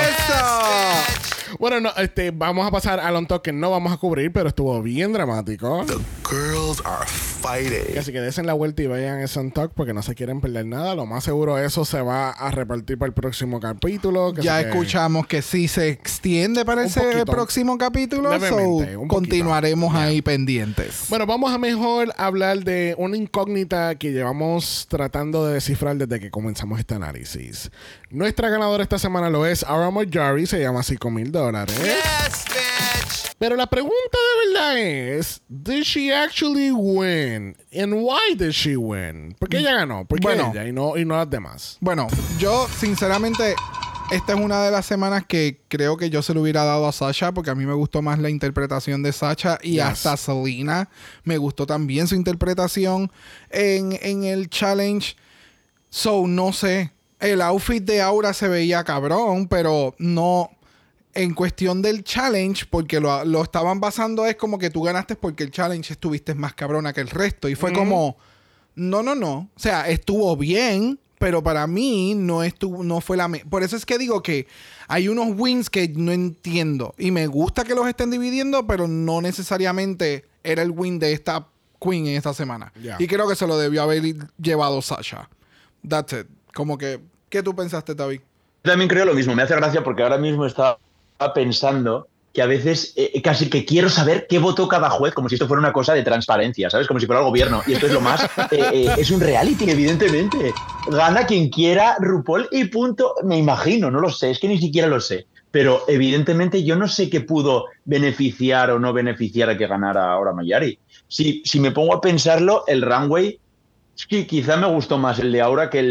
¡Eso! Bueno, vamos a pasar al on talk que no vamos a cubrir, pero estuvo bien dramático. The girls are fighting. Así que desen la vuelta y vayan a ese on talk porque no se quieren perder nada. Lo más seguro eso se va a repartir para el próximo capítulo. Ya escuchamos que sí se extiende para ese próximo capítulo. Continuaremos ahí pendientes. Bueno, vamos a mejor hablar de una incógnita que llevamos tratando de descifrar desde que comenzamos este análisis. Nuestra ganadora esta semana lo es Aura Marjorie, se llama $5,000. Yes, bitch. Pero la pregunta de verdad es, ¿did she actually win? And why did she win? ¿Por qué ella ganó? ¿Por qué ella y no las demás? Bueno, yo sinceramente esta es una de las semanas que creo que yo se lo hubiera dado a Sasha, porque a mí me gustó más la interpretación de Sasha y hasta Selena me gustó también su interpretación en el challenge. So, no sé. El outfit de Aura se veía cabrón, pero no... En cuestión del challenge, porque lo estaban basando es como que tú ganaste porque el challenge estuviste más cabrona que el resto. Y fue como... No. O sea, estuvo bien, pero para mí no fue la... Por eso es que digo que hay unos wins que no entiendo. Y me gusta que los estén dividiendo, pero no necesariamente era el win de esta queen en esta semana. Yeah. Y creo que se lo debió haber llevado Sasha. That's it. Como que... ¿Qué tú pensaste, David? Yo también creo lo mismo. Me hace gracia porque ahora mismo estaba pensando que a veces casi que quiero saber qué votó cada juez, como si esto fuera una cosa de transparencia, ¿sabes? Como si fuera el gobierno. Y esto es lo más... es un reality, evidentemente. Gana quien quiera RuPaul y punto. Me imagino, no lo sé. Es que ni siquiera lo sé. Pero evidentemente yo no sé qué pudo beneficiar o no beneficiar a que ganara Aura Mayari. Si me pongo a pensarlo, el runway... Sí, quizá me gustó más el de Aura que el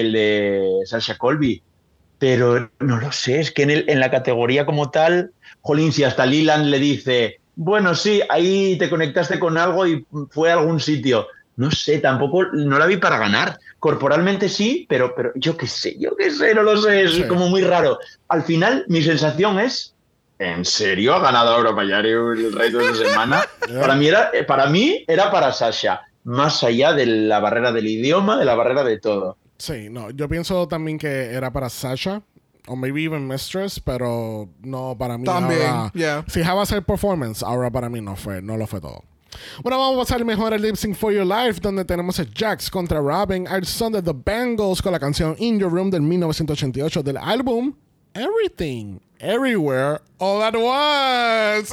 de Sasha Colby. Pero no lo sé, es que en la categoría como tal, jolín, si hasta Leland le dice, bueno, sí, ahí te conectaste con algo y fue a algún sitio. No sé, tampoco, no la vi para ganar. Corporalmente sí, pero yo qué sé, no lo sé, es como muy raro. Al final, mi sensación es, ¿en serio ha ganado Aura Mayari el reto de esa semana? Para mí era para Sasha, más allá de la barrera del idioma, de la barrera de todo. Sí, no, yo pienso también que era para Sasha o maybe even Mistress, pero no para mí. También, Aura, si Java hacer performance, Aura para mí no lo fue todo. Bueno, vamos a pasar mejor al Lip Sync for Your Life, donde tenemos a Jax contra Robin, Our Son de The Bangles con la canción In Your Room del 1988 del álbum Everything, Everywhere, All at Once.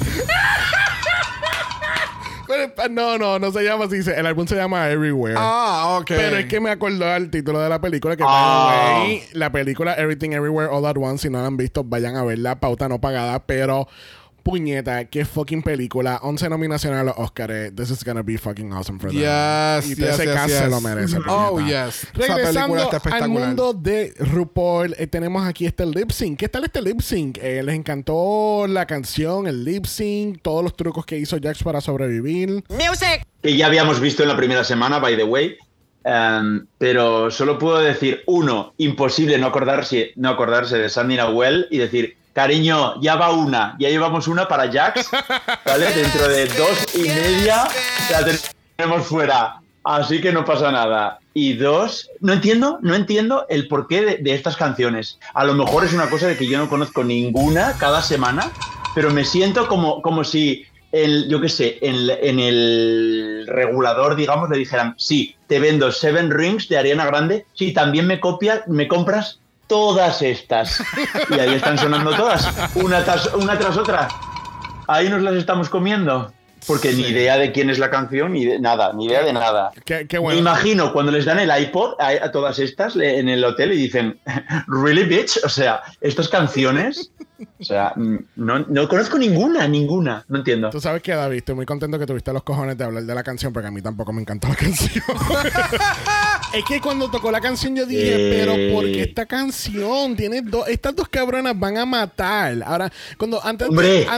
Pero, no se llama así. El álbum se llama Everywhere. Ah, ok. Pero es que me acordó al título de la película. Que la película Everything Everywhere All at Once. Si no la han visto, vayan a verla. Pauta no pagada. Pero, puñeta, qué fucking película. 11 nominaciones a los Oscars. This is gonna be fucking awesome for them. Yes, y ese cast se lo merece. Oh, puñeta. yes. Regresando está al mundo de RuPaul, tenemos aquí este lip sync. ¿Qué tal este lip sync? ¿Les encantó la canción, el lip sync, todos los trucos que hizo Jax para sobrevivir? ¡Music! Que ya habíamos visto en la primera semana, by the way. Pero solo puedo decir, uno, imposible no acordarse de Sandy Nahuel y decir, cariño, ya va una, ya llevamos una para Jax, ¿vale? Dentro de 2.5 la tenemos fuera, así que no pasa nada. Y 2, no entiendo el porqué de estas canciones. A lo mejor es una cosa de que yo no conozco ninguna cada semana, pero me siento como si yo qué sé, en el regulador, digamos, le dijeran, sí, te vendo 7 Rings de Ariana Grande, sí, también me compras todas estas. Y ahí están sonando todas, una tras otra. Ahí nos las estamos comiendo. Porque ni idea de quién es la canción, ni idea de nada. Qué bueno. Me imagino cuando les dan el iPod a todas estas en el hotel y dicen, ¿really, bitch? O sea, estas canciones... O sea, no conozco ninguna, no entiendo. Tú sabes que, David, estoy muy contento que tuviste los cojones de hablar de la canción, porque a mí tampoco me encantó la canción. Es que cuando tocó la canción yo dije, pero ¿por qué esta canción? Estas dos cabronas van a matar. Ahora, antes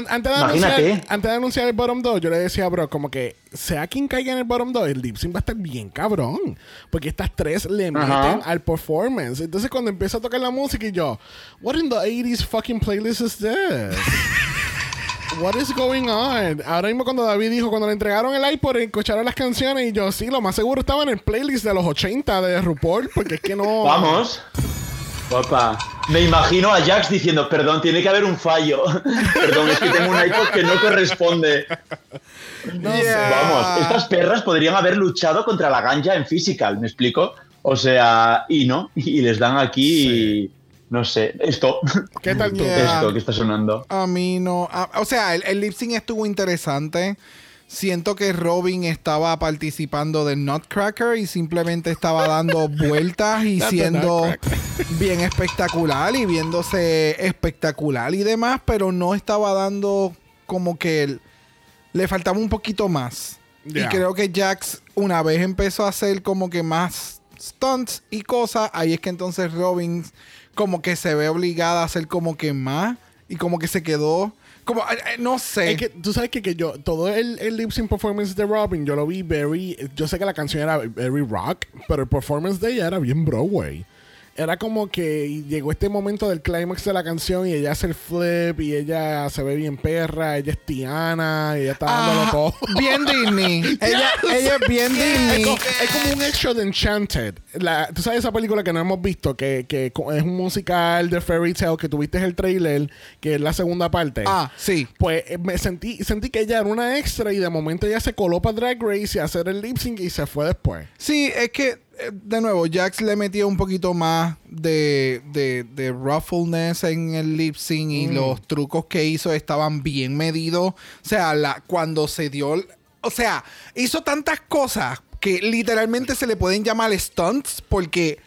de anunciar el bottom 2, yo le decía, bro, como que sea quien caiga en el bottom 2, el lip sync va a estar bien cabrón. Porque estas tres le meten al performance. Entonces cuando empieza a tocar la música y yo, what in the 80s fucking playlist is this? What is going on? Ahora mismo cuando David dijo, cuando le entregaron el iPod, escucharon las canciones y yo, sí, lo más seguro estaba en el playlist de los 80 de RuPaul, porque es que no... Vamos. Guapa. Me imagino a Jax diciendo, perdón, tiene que haber un fallo. Perdón, es que tengo un iPod que no corresponde. No sé. Vamos, estas perras podrían haber luchado contra la ganja en Physical, ¿me explico? O sea, y les dan aquí... Sí. No sé, esto. ¿Qué tal tú? Esto que está sonando. A mí no. O sea, el lip sync estuvo interesante. Siento que Robin estaba participando del Nutcracker y simplemente estaba dando vueltas y siendo bien espectacular y viéndose espectacular y demás, pero no estaba dando como que le faltaba un poquito más. Yeah. Y creo que Jax una vez empezó a hacer como que más stunts y cosas, ahí es que entonces Robin como que se ve obligada a hacer como que más y como que se quedó como no sé. Es que tú sabes que yo todo el lip sync performance de Robin yo lo vi yo sé que la canción era very rock, pero el performance de ella era bien Broadway. Era como que llegó este momento del clímax de la canción y ella hace el flip y ella se ve bien perra, ella es Tiana y ella está dándolo todo. Bien Disney. ella es bien Disney. Es como un extra de Enchanted. Tú sabes esa película que no hemos visto, que es un musical de Fairy Tail, que tuviste el trailer, que es la segunda parte. Ah, sí. Pues me sentí que ella era una extra y de momento ella se coló para Drag Race y a hacer el lip sync y se fue después. Sí, es que de nuevo, Jax le metió un poquito más de ruffleness en el lip sync y los trucos que hizo estaban bien medidos. O sea, cuando se dio... O sea, hizo tantas cosas que literalmente se le pueden llamar stunts porque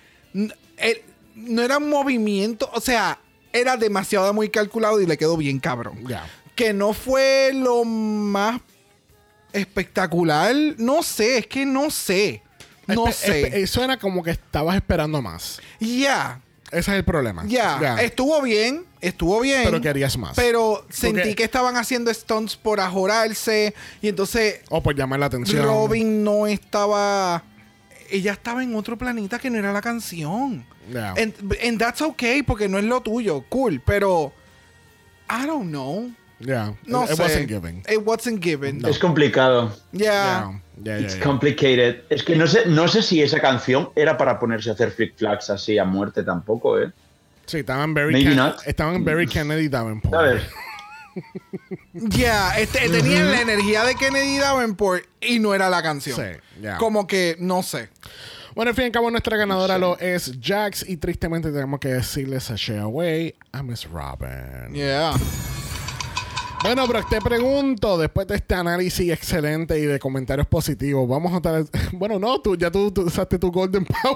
no era un movimiento... O sea, era demasiado muy calculado y le quedó bien cabrón. Yeah. Que no fue lo más espectacular. No sé, es que no sé. No sé. Eso era como que estabas esperando más. Ya. Yeah. Ese es el problema. Ya. Estuvo bien. Pero querías más. Pero sentí que estaban haciendo stunts por ajorarse. Y entonces... O por llamar la atención. Robin no estaba... Ella estaba en otro planeta que no era la canción. Yeah. And that's okay, porque no es lo tuyo. Cool. Pero... I don't know. Yeah. No sé. It wasn't given. It wasn't given. No. Es complicado. Yeah. It's complicated. Es que no sé si esa canción era para ponerse a hacer flick-flacks así a muerte tampoco, ¿eh? Sí, estaban very Kennedy Davenport. A ver. Tenían la energía de Kennedy Davenport y no era la canción. Sí, ya. Como que, no sé. Bueno, al fin y al cabo, nuestra ganadora lo es Jax. Y tristemente tenemos que decirle sashay away a Miss Robin. Yeah. Bueno, pero te pregunto, después de este análisis excelente y de comentarios positivos, vamos a estar... Bueno, no, tú usaste tu Golden Power.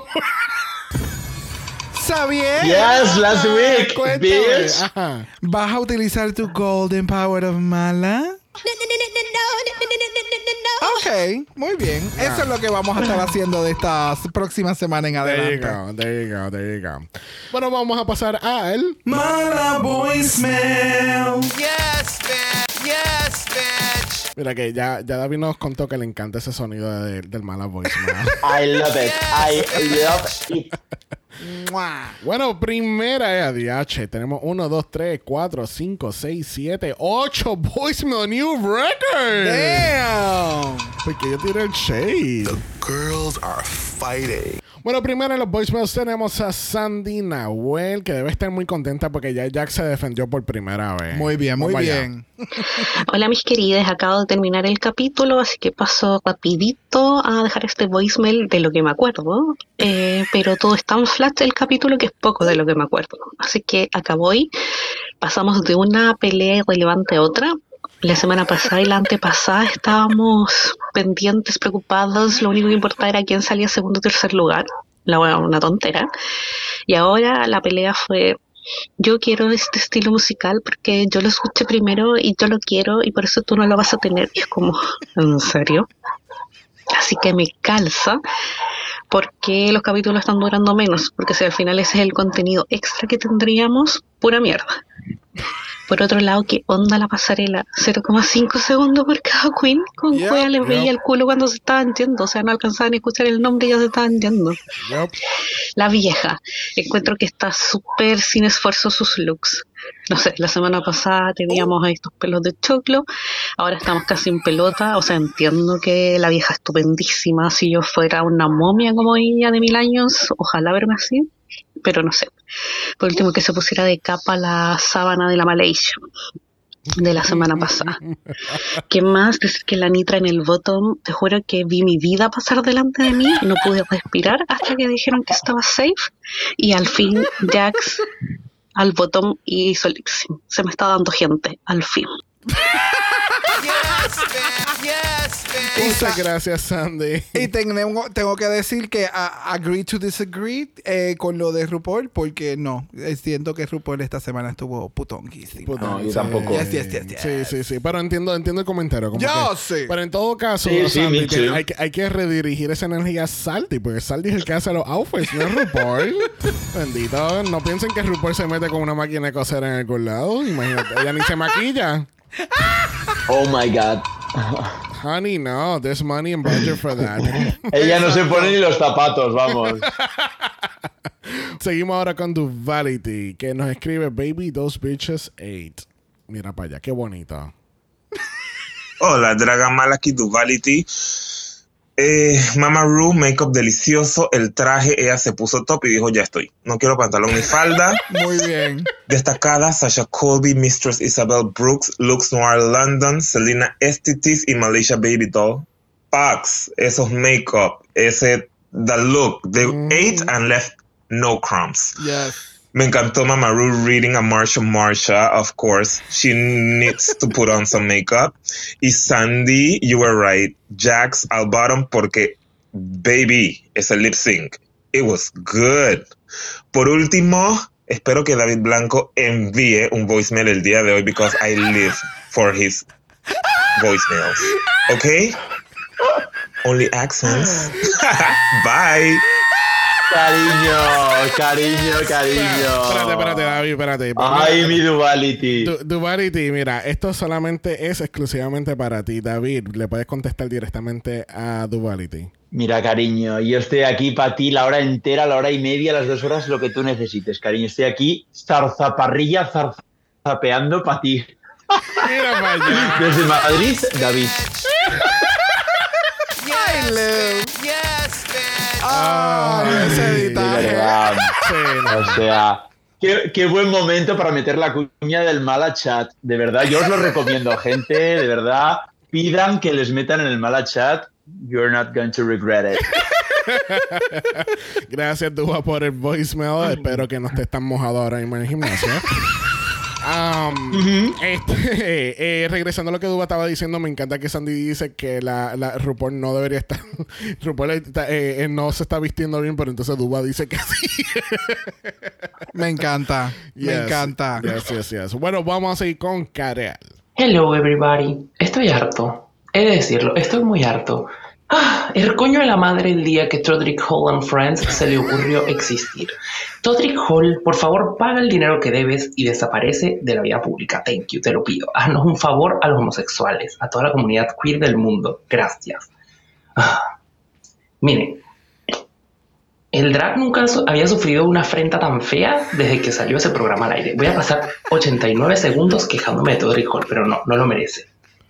¿Sabías? Yes, last week, bitch. Ajá. ¿Vas a utilizar tu Golden Power of Mala? Ok, muy bien. Eso es lo que vamos a estar haciendo de esta próxima semana en adelante. There you go. Bueno, vamos a pasar al... Mala Voicemail. Yes, bitch. Mira que ya David nos contó que le encanta ese sonido del Mala Voicemail. I love it. I love it. Bueno, primera ADH. Tenemos 1, 2, 3, 4, 5, 6, 7, 8 voicemail new record. Damn. Porque yo tiré el shade. The girls are fighting. Bueno, primero en los voicemails tenemos a Sandy Nahuel, que debe estar muy contenta porque ya Jack se defendió por primera vez. Muy bien, muy bien. Hola mis queridas, acabo de terminar el capítulo, así que paso rapidito a dejar este voicemail de lo que me acuerdo, pero todo es tan flat el capítulo que es poco de lo que me acuerdo, así que acá voy. Pasamos de una pelea irrelevante a otra. La semana pasada y la antepasada estábamos pendientes, preocupados. Lo único que importaba era quién salía segundo o tercer lugar. Una tontera. Y ahora la pelea fue: yo quiero este estilo musical porque yo lo escuché primero y yo lo quiero y por eso tú no lo vas a tener. Y es como, ¿en serio? Así que me calza porque los capítulos están durando menos. Porque si al final ese es el contenido extra que tendríamos, pura mierda. Por otro lado, ¿qué onda la pasarela? 0,5 segundos por cada queen. Con cuál les veía el culo cuando se estaban yendo. O sea, no alcanzaban a escuchar el nombre y ya se estaban yendo. La vieja. Encuentro que está súper sin esfuerzo sus looks. No sé, la semana pasada teníamos estos pelos de choclo. Ahora estamos casi en pelota. O sea, entiendo que la vieja es estupendísima. Si yo fuera una momia como ella de 1000 años, ojalá verme así. Pero no sé. Por último, que se pusiera de capa la sábana de la Malaysia de la semana pasada. ¿Qué más? Decir que la Nitra en el bottom, te juro que vi mi vida pasar delante de mí y no pude respirar hasta que dijeron que estaba safe. Y al fin, Jax al bottom y hizo lip sync. Se me está dando gente, al fin. Muchas gracias, Sandy. Y tengo que decir que agree to disagree con lo de RuPaul, porque no, siento que RuPaul esta semana estuvo putonguísimo. No, yo tampoco. Yes. Sí, pero entiendo el comentario. Como yo que, sí. Pero en todo caso, Sandy, hay que redirigir esa energía a Salty, porque Salty es el que hace los outfits, no es RuPaul. Bendito, no piensen que RuPaul se mete con una máquina de coser en algún lado. Imagínate, ella ni se maquilla. Oh my God. Honey, no, there's money and budget for that. Ella no se pone ni los zapatos, vamos. Seguimos ahora con Duvality, que nos escribe Baby, those bitches ate. Mira para allá, qué bonito. Hola, Draga Malaki Duvality. Mama Ru, make-up delicioso. El traje, ella se puso top y dijo, ya estoy. No quiero pantalón ni falda. Muy bien. Destacada, Sasha Colby, Mistress Isabel Brooks, Lux Noir London, Selena Estitis y Malaysia Baby Doll. Pax, esos make-up, the look. They ate and left no crumbs. Yes. Me encantó Mama Ru reading a Marsha, of course. She needs to put on some makeup. Y Sandy, you were right. Jax al bottom porque, baby, es el lip sync. It was good. Por último, espero que David Blanco envíe un voicemail el día de hoy because I live for his voicemails. Okay? Only accents. Bye. Cariño. Espérate, David, espérate. Ay, mi Duvality. Duvality, mira, esto solamente es exclusivamente para ti, David. Le puedes contestar directamente a Duvality. Mira, cariño, yo estoy aquí para ti la hora entera, la hora y media, las 2 horas, lo que tú necesites, cariño. Estoy aquí zarzaparrilla, zarzapeando para ti. Mira para allá. Desde Madrid, David. Ese editaje. O sea, Qué buen momento para meter la cuña del mala chat. De verdad, yo os lo recomiendo, gente. De verdad, pidan que les metan en el mala chat. You're not going to regret it. Gracias, Dua, por el voicemail. Espero que no estés tan mojado ahora mismo en el gimnasio. Regresando a lo que Dua estaba diciendo, me encanta que Sandy dice que la RuPaul no debería estar. RuPaul no se está vistiendo bien, pero entonces Dua dice que sí. Me encanta. Yes, me encanta. Yes. Bueno, vamos a seguir con Karel. Hello, everybody. Estoy harto. He de decirlo, estoy muy harto. El coño de la madre el día que Todrick Hall and Friends se le ocurrió existir. Todrick Hall, por favor, paga el dinero que debes y desaparece de la vida pública. Thank you, te lo pido. Haznos un favor a los homosexuales, a toda la comunidad queer del mundo. Gracias. Miren, el drag nunca había sufrido una afrenta tan fea desde que salió ese programa al aire. Voy a pasar 89 segundos quejándome de Todrick Hall, pero no lo merece.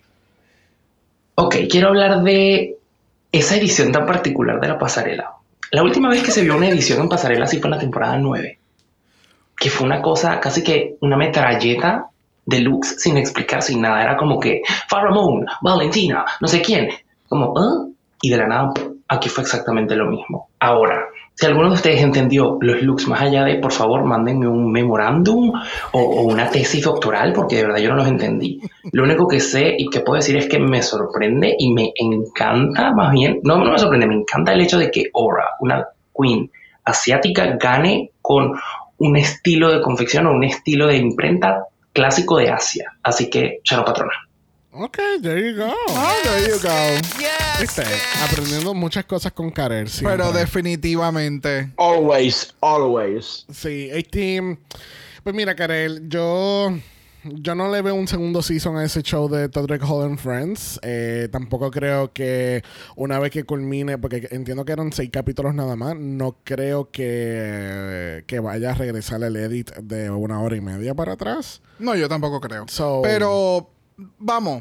Ok, quiero hablar de esa edición tan particular de la pasarela. La última vez que se vio una edición en pasarela sí fue en la temporada 9, que fue una cosa, casi que una metralleta de looks sin explicar, sin nada. Era como que Farrah Moon, Valentina, no sé quién, como, y de la nada, aquí fue exactamente lo mismo. Ahora, si alguno de ustedes entendió los looks más allá de, por favor, mándenme un memorándum o una tesis doctoral, porque de verdad yo no los entendí. Lo único que sé y que puedo decir es que me sorprende y me encanta, más bien, no me sorprende, me encanta el hecho de que Aura, una queen asiática, gane con un estilo de confección o un estilo de imprenta clásico de Asia. Así que, chao, patrona. Ok, there you go. There you go. Yes. ¿Viste? Aprendiendo muchas cosas con Karel. Pero definitivamente. Always. Sí, pues mira, Karel, yo no le veo un segundo season a ese show de Todrick Hall and Friends. Tampoco creo que una vez que culmine, porque entiendo que eran 6 capítulos nada más, no creo que vaya a regresar el edit de 1 hora y media para atrás. No, yo tampoco creo. Pero vamos,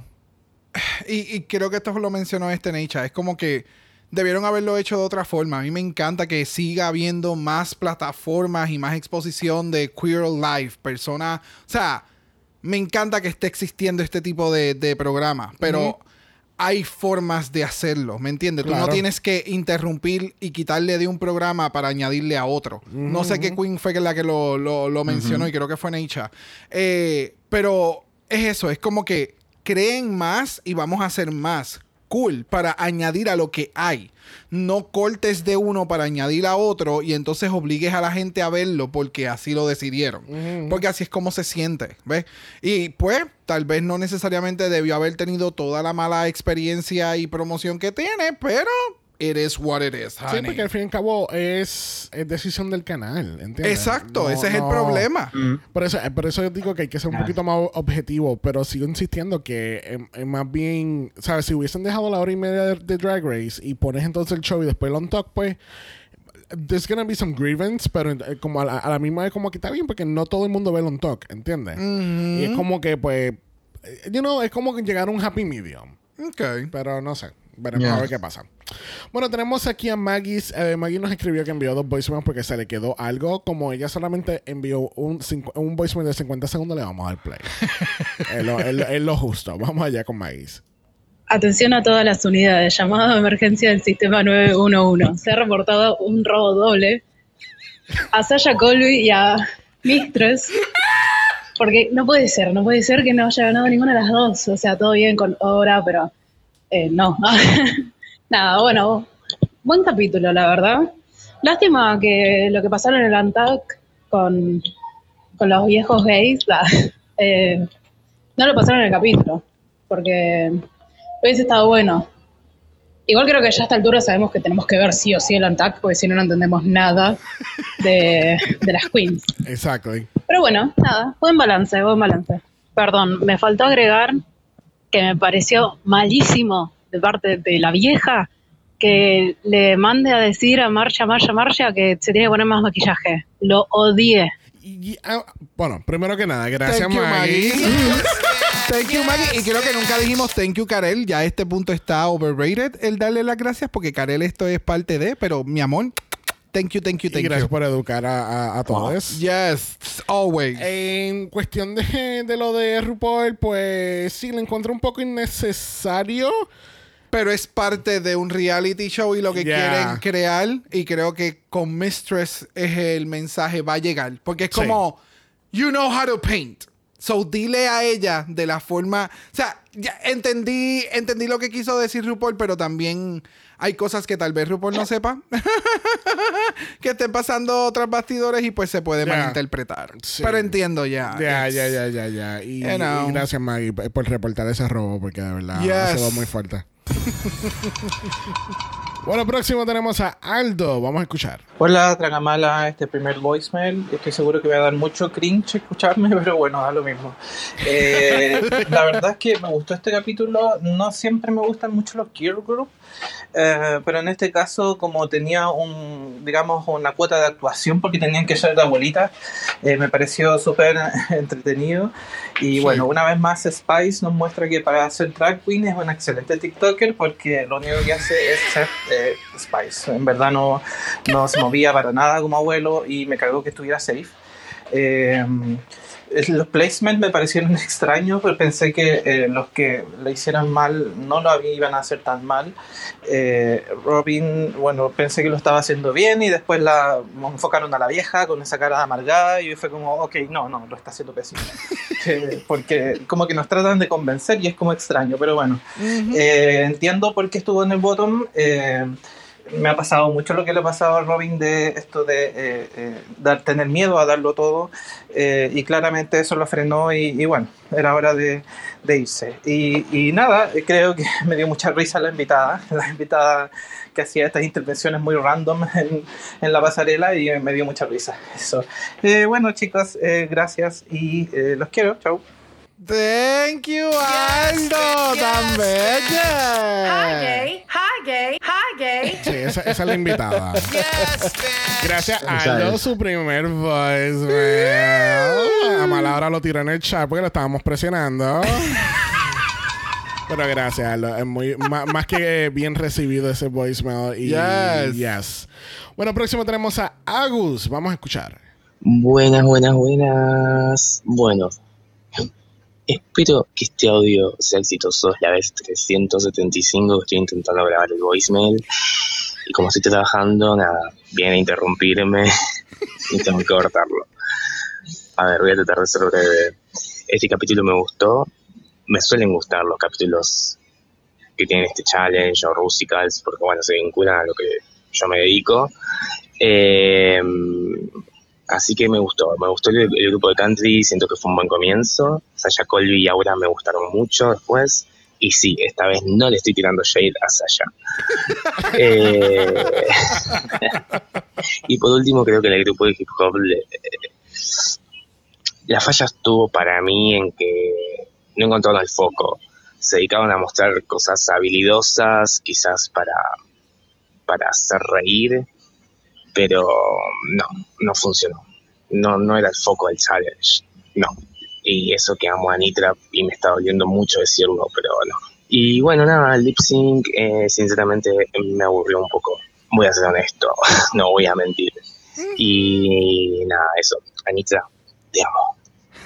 y creo que esto lo mencionó Necha, es como que debieron haberlo hecho de otra forma. A mí me encanta que siga habiendo más plataformas y más exposición de queer life, personas, o sea, me encanta que esté existiendo este tipo de programa, pero hay formas de hacerlo, ¿me entiendes? Claro. Tú no tienes que interrumpir y quitarle de un programa para añadirle a otro. No sé qué queen fue la que lo mencionó y creo que fue Necha. Pero es eso, es como que creen más y vamos a hacer más cool para añadir a lo que hay. No cortes de uno para añadir a otro y entonces obligues a la gente a verlo porque así lo decidieron. Porque así es como se siente, ¿ves? Y pues, tal vez no necesariamente debió haber tenido toda la mala experiencia y promoción que tiene, pero it is what it is, honey. Sí, porque al fin y al cabo es decisión del canal, ¿entiendes? Exacto, ese es el problema. Por eso yo digo que hay que ser un poquito más objetivo, pero sigo insistiendo que más bien, ¿sabes? Si hubiesen dejado la hora y media de Drag Race y pones entonces el show y después el on talk, pues there's gonna be some grievance, pero como a la misma vez como que está bien porque no todo el mundo ve el on talk, ¿entiendes? Y es como que pues es como que llegar a un happy medium. Okay. Pero no sé. Veremos a ver qué pasa. Bueno, tenemos aquí a Maggie. Maggie nos escribió que envió 2 voicemails porque se le quedó algo. Como ella solamente envió un voicemail de 50 segundos, le vamos a dar play. es lo justo. Vamos allá con Maggie. Atención a todas las unidades. Llamado de emergencia del sistema 911. Se ha reportado un robo doble a Sasha Colby y a Mistress. Porque no puede ser que no haya ganado ninguna de las dos. O sea, todo bien con Aura, pero no. Nada, bueno, buen capítulo, la verdad. Lástima que lo que pasaron en el Untuck con los viejos gays, no lo pasaron en el capítulo, porque hubiese estado bueno. Igual creo que ya a esta altura sabemos que tenemos que ver sí o sí el Untuck, porque si no, no entendemos nada de las queens. Exacto. Pero bueno, nada, buen balance. Perdón, me faltó agregar que me pareció malísimo de parte de la vieja que le mande a decir a Marcia que se tiene que poner más maquillaje. Lo odié. Bueno, primero que nada, gracias Maggie. Thank you, Maggie. Y creo que nunca dijimos thank you, Karel. Ya a este punto está overrated el darle las gracias porque Karel esto es parte de, pero mi amor, Thank you. Y gracias por educar a todos. Yes, always. En cuestión de lo de RuPaul, pues sí, lo encuentro un poco innecesario. Pero es parte de un reality show y lo que quieren crear. Y creo que con Mistress el mensaje va a llegar. Porque es como, you know how to paint. So, dile a ella de la forma... O sea, ya entendí lo que quiso decir RuPaul, pero también hay cosas que tal vez RuPaul no sepa. Que estén pasando tras bastidores y pues se puede malinterpretar. Sí. Pero entiendo ya. Ya. Y gracias, Maggie, por reportar ese robo, porque de verdad se va muy fuerte. Bueno, próximo tenemos a Aldo. Vamos a escuchar. Hola, Tragamala, este primer voicemail. Estoy seguro que me va a dar mucho cringe escucharme, pero bueno, da lo mismo. La verdad es que me gustó este capítulo. No siempre me gustan mucho los Girl Group, pero en este caso, como tenía una cuota de actuación porque tenían que ser de abuelitas, me pareció súper entretenido. Y bueno, una vez más Spice nos muestra que para ser drag queen es una excelente TikToker, porque lo único que hace es ser Spice. En verdad no se movía para nada como abuelo y me cargó que estuviera safe. Los placements me parecieron extraños, pero pensé que los que le hicieran mal no lo iban a hacer tan mal. Robin, bueno, pensé que lo estaba haciendo bien y después la enfocaron a la vieja con esa cara de amargada y fue como, ok, no, lo está haciendo pésimo. Porque como que nos tratan de convencer y es como extraño, pero bueno. Entiendo por qué estuvo en el bottom. Me ha pasado mucho lo que le ha pasado a Robin de esto de tener miedo a darlo todo, y claramente eso lo frenó y bueno, era hora de irse. Y nada, creo que me dio mucha risa la invitada que hacía estas intervenciones muy random en la pasarela y me dio mucha risa eso. Bueno, chicos, gracias y los quiero. Chau. Thank you, Aldo. Tan bella. Hi, gay. Sí, esa es la invitada. Gracias, Aldo, su primer voicemail. A mala hora lo tiró en el chat porque lo estábamos presionando. Pero gracias, Aldo. Es muy más que bien recibido ese voicemail. Y yes. Bueno, próximo tenemos a Agus. Vamos a escuchar. Buenas. Bueno, espero que este audio sea exitoso. Es la vez 375 que estoy intentando grabar el voicemail. Y como estoy trabajando, viene a interrumpirme y tengo que cortarlo. A ver, voy a tratar de ser breve. Este capítulo me gustó. Me suelen gustar los capítulos que tienen este challenge o rusicals, porque bueno, se vinculan a lo que yo me dedico. Así que me gustó el grupo de country, siento que fue un buen comienzo. Sasha Colby y Aura me gustaron mucho después. Y sí, esta vez no le estoy tirando shade a Sasha. Y por último, creo que en el grupo de hip hop la falla estuvo para mí en que no encontraron el foco. Se dedicaban a mostrar cosas habilidosas, quizás para hacer reír, pero no funcionó. No era el foco del challenge, no. Y eso que amo a Nitra y me está doliendo mucho decirlo, pero no. Y bueno, el lip sync sinceramente me aburrió un poco. Voy a ser honesto, no voy a mentir. Y eso. Anitra, te amo.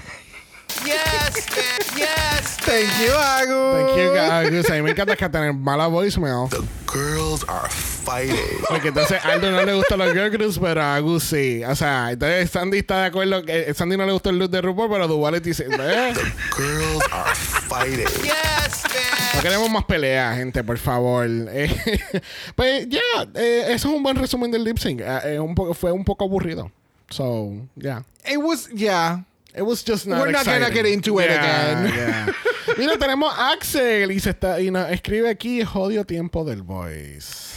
Yes. Thank you, Agus. A mí me encanta que tener mala voicemail. The girls are fighting. Porque entonces a Aldo no le gustan los girl groups, pero a Agus sí. O sea, entonces Sandy está de acuerdo que Sandy no le gustó el look de RuPaul, pero Duvality dice, The girls are fighting. No queremos más peleas, gente, por favor. Pues eso es un buen resumen del lip sync. Fue un poco aburrido. So, yeah. It was just not We're not exciting. gonna get into it again. Mira, tenemos a Axel y nos escribe aquí: odio tiempo del voice.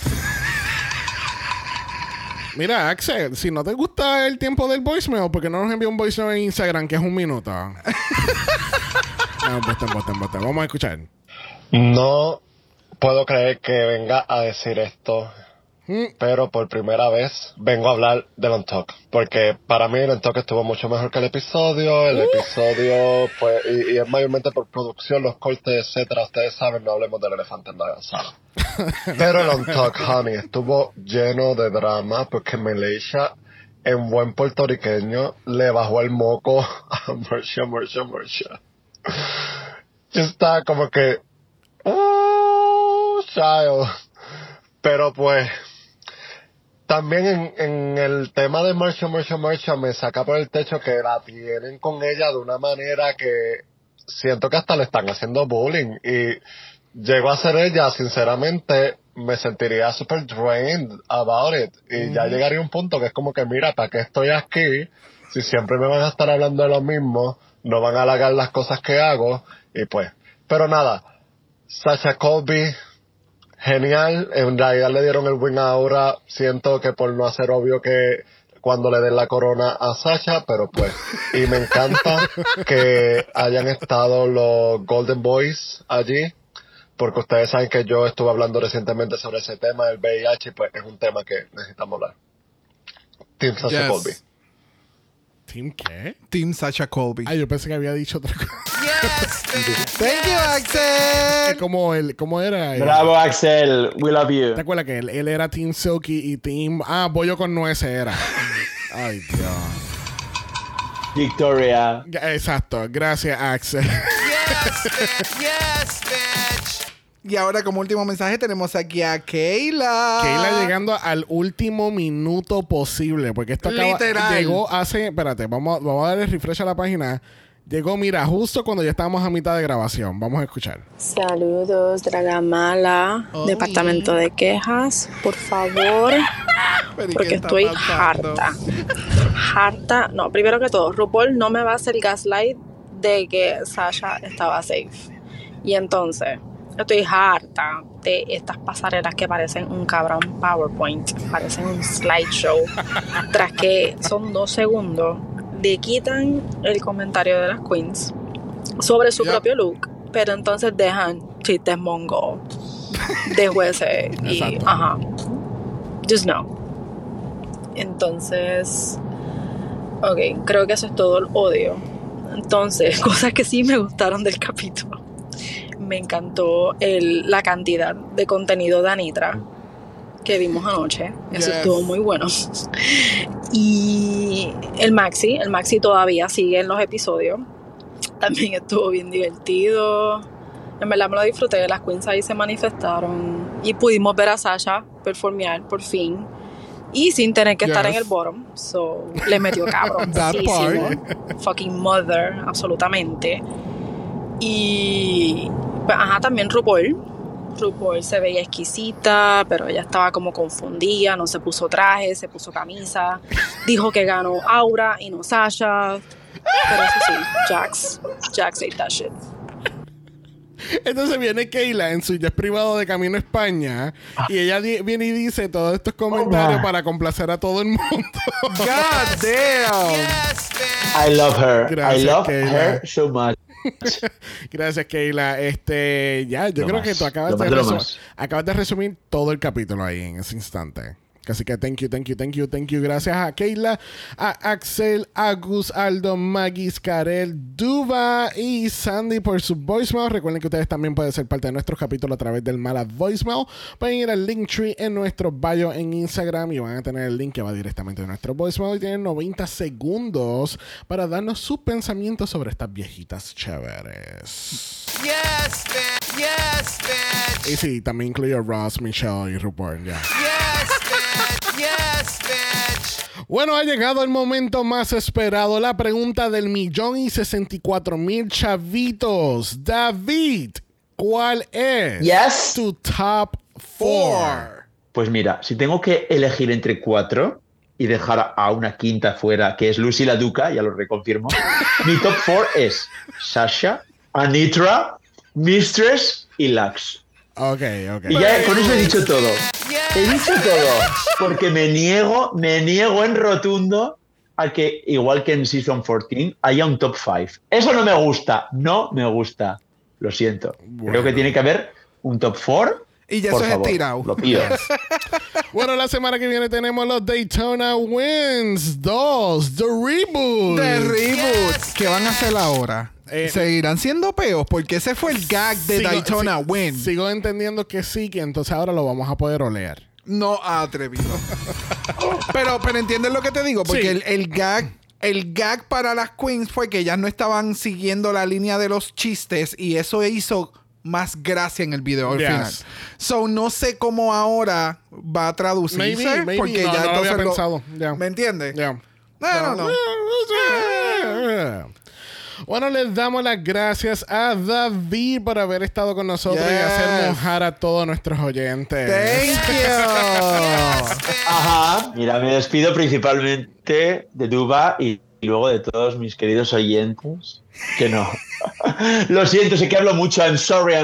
Mira, Axel, si no te gusta el tiempo del voicemail, ¿por qué no nos envía un voicemail en Instagram que es 1 minuto? Vamos a escuchar. No puedo creer que venga a decir esto. pero por primera vez vengo a hablar del On Talk, porque para mí el On Talk estuvo mucho mejor que el episodio. El episodio fue, y es mayormente por producción, los cortes, etcétera. Ustedes saben, no hablemos del elefante en la sala. Pero el On Talk, honey, estuvo lleno de drama, porque Malaysia, en buen puertorriqueño, le bajó el moco a Marsha. Yo estaba como que, child. Pero pues, también en el tema de Marsha me saca por el techo que la tienen con ella de una manera que siento que hasta le están haciendo bullying. Y llego a ser ella, sinceramente, me sentiría super drained about it. Y ya llegaría un punto que es como que, mira, ¿para qué estoy aquí? Si siempre me van a estar hablando de lo mismo, no van a halagar las cosas que hago. Y pues, pero nada, Sasha Colby, genial, en realidad le dieron el win ahora. Siento que por no hacer obvio que cuando le den la corona a Sasha, pero pues, y me encanta que hayan estado los Golden Boys allí, porque ustedes saben que yo estuve hablando recientemente sobre ese tema del VIH, y pues es un tema que necesitamos hablar. Team Sasha Colby. ¿Team qué? Team Sasha Colby. Yo pensé que había dicho otra cosa. Thank you, Axel. ¿Cómo era? Bravo, Axel. We love you. ¿Te acuerdas que él era Team Silky y Team... Bollo con nueces era. Ay, Dios. Victoria. Exacto. Gracias, Axel. Yes, bitch. Y ahora, como último mensaje, tenemos aquí a Kayla. Kayla llegando al último minuto posible. Porque esto llegó hace... Espérate, vamos a darle refresh a la página. Llegó, mira, justo cuando ya estábamos a mitad de grabación. Vamos a escuchar. Saludos, Dragamala. Departamento de quejas, por favor. Porque estoy harta. No, primero que todo, RuPaul no me va a hacer gaslight de que Sasha estaba safe. Y entonces, estoy harta de estas pasarelas que parecen un cabrón PowerPoint. Parecen un slideshow. Tras que son 2 segundos, le quitan el comentario de las queens sobre su propio look, pero entonces dejan chistes mongo de jueces y just no. Entonces, creo que eso es todo el odio. Entonces, cosas que sí me gustaron del capítulo. Me encantó la cantidad de contenido de Anitra que vimos anoche. Eso estuvo muy bueno. Y el Maxi todavía sigue en los episodios. También estuvo bien divertido. En verdad me lo disfruté. Las queens ahí se manifestaron y pudimos ver a Sasha performear por fin y sin tener que estar en el bottom. So, le metió cabrón. Fucking mother, absolutamente. Y pues, también RuPaul se veía exquisita, pero ella estaba como confundida, no se puso traje, se puso camisa, dijo que ganó Aura y no Sasha, pero eso sí, Jax ate that shit. Entonces viene Kayla en su jet privado de camino a España y ella viene y dice todos estos comentarios para complacer a todo el mundo. God damn. I love her. Gracias, I love Kayla. her so much. Gracias, Kayla. Yo creo que tú acabas de resumir todo el capítulo ahí en ese instante. Así que thank you. Gracias a Kayla, a Axel, a Gus, Aldo, Maggie, Karel, Duva y Sandy por su voicemail. Recuerden que ustedes también pueden ser parte de nuestros capítulos a través del Mala Voicemail. Pueden ir al Linktree en nuestro bio en Instagram y van a tener el link que va directamente a nuestro voicemail. Y tienen 90 segundos para darnos sus pensamientos sobre estas viejitas chéveres. Yes, bitch. Y sí, también incluye a Ross, Michelle y RuPaul. Yes, bitch. Bueno, ha llegado el momento más esperado. La pregunta del 1,064,000 chavitos. David, ¿cuál es tu top 4? Pues mira, si tengo que elegir entre 4 y dejar a una quinta fuera, que es Lucy la Duca, ya lo reconfirmo, mi top 4 es Sasha, Anitra, Mistress y Lux. Ok. Y ya con eso he dicho todo. He dicho todo. Porque me niego en rotundo a que, igual que en Season 14, haya un top 5. Eso no me gusta. Lo siento. Bueno. Creo que tiene que haber un top 4 Y ya Por eso favor, es estirado. lo pido. Bueno, la semana que viene tenemos los Daytona Wins 2, The Reboot. The Reboot. ¿Qué van a hacer ahora? ¿Seguirán siendo peos? Porque ese fue el gag de Daytona Wins. Sigo entendiendo que sí, que entonces ahora lo vamos a poder oler. No atrevido. pero entiendes lo que te digo, porque Sí. el gag para las queens fue que ellas no estaban siguiendo la línea de los chistes y eso hizo más gracia en el video al final. So no sé cómo ahora va a traducirse Maybe. porque No, ya no lo entonces había pensado. Ya. ¿Me entiendes? Ya. No. Bueno, les damos las gracias a David por haber estado con nosotros y hacer mojar a todos nuestros oyentes. Thank you. Ajá. Mira, me despido principalmente de Duba y luego de todos mis queridos oyentes. Que no. Lo siento, sé que hablo mucho. I'm sorry.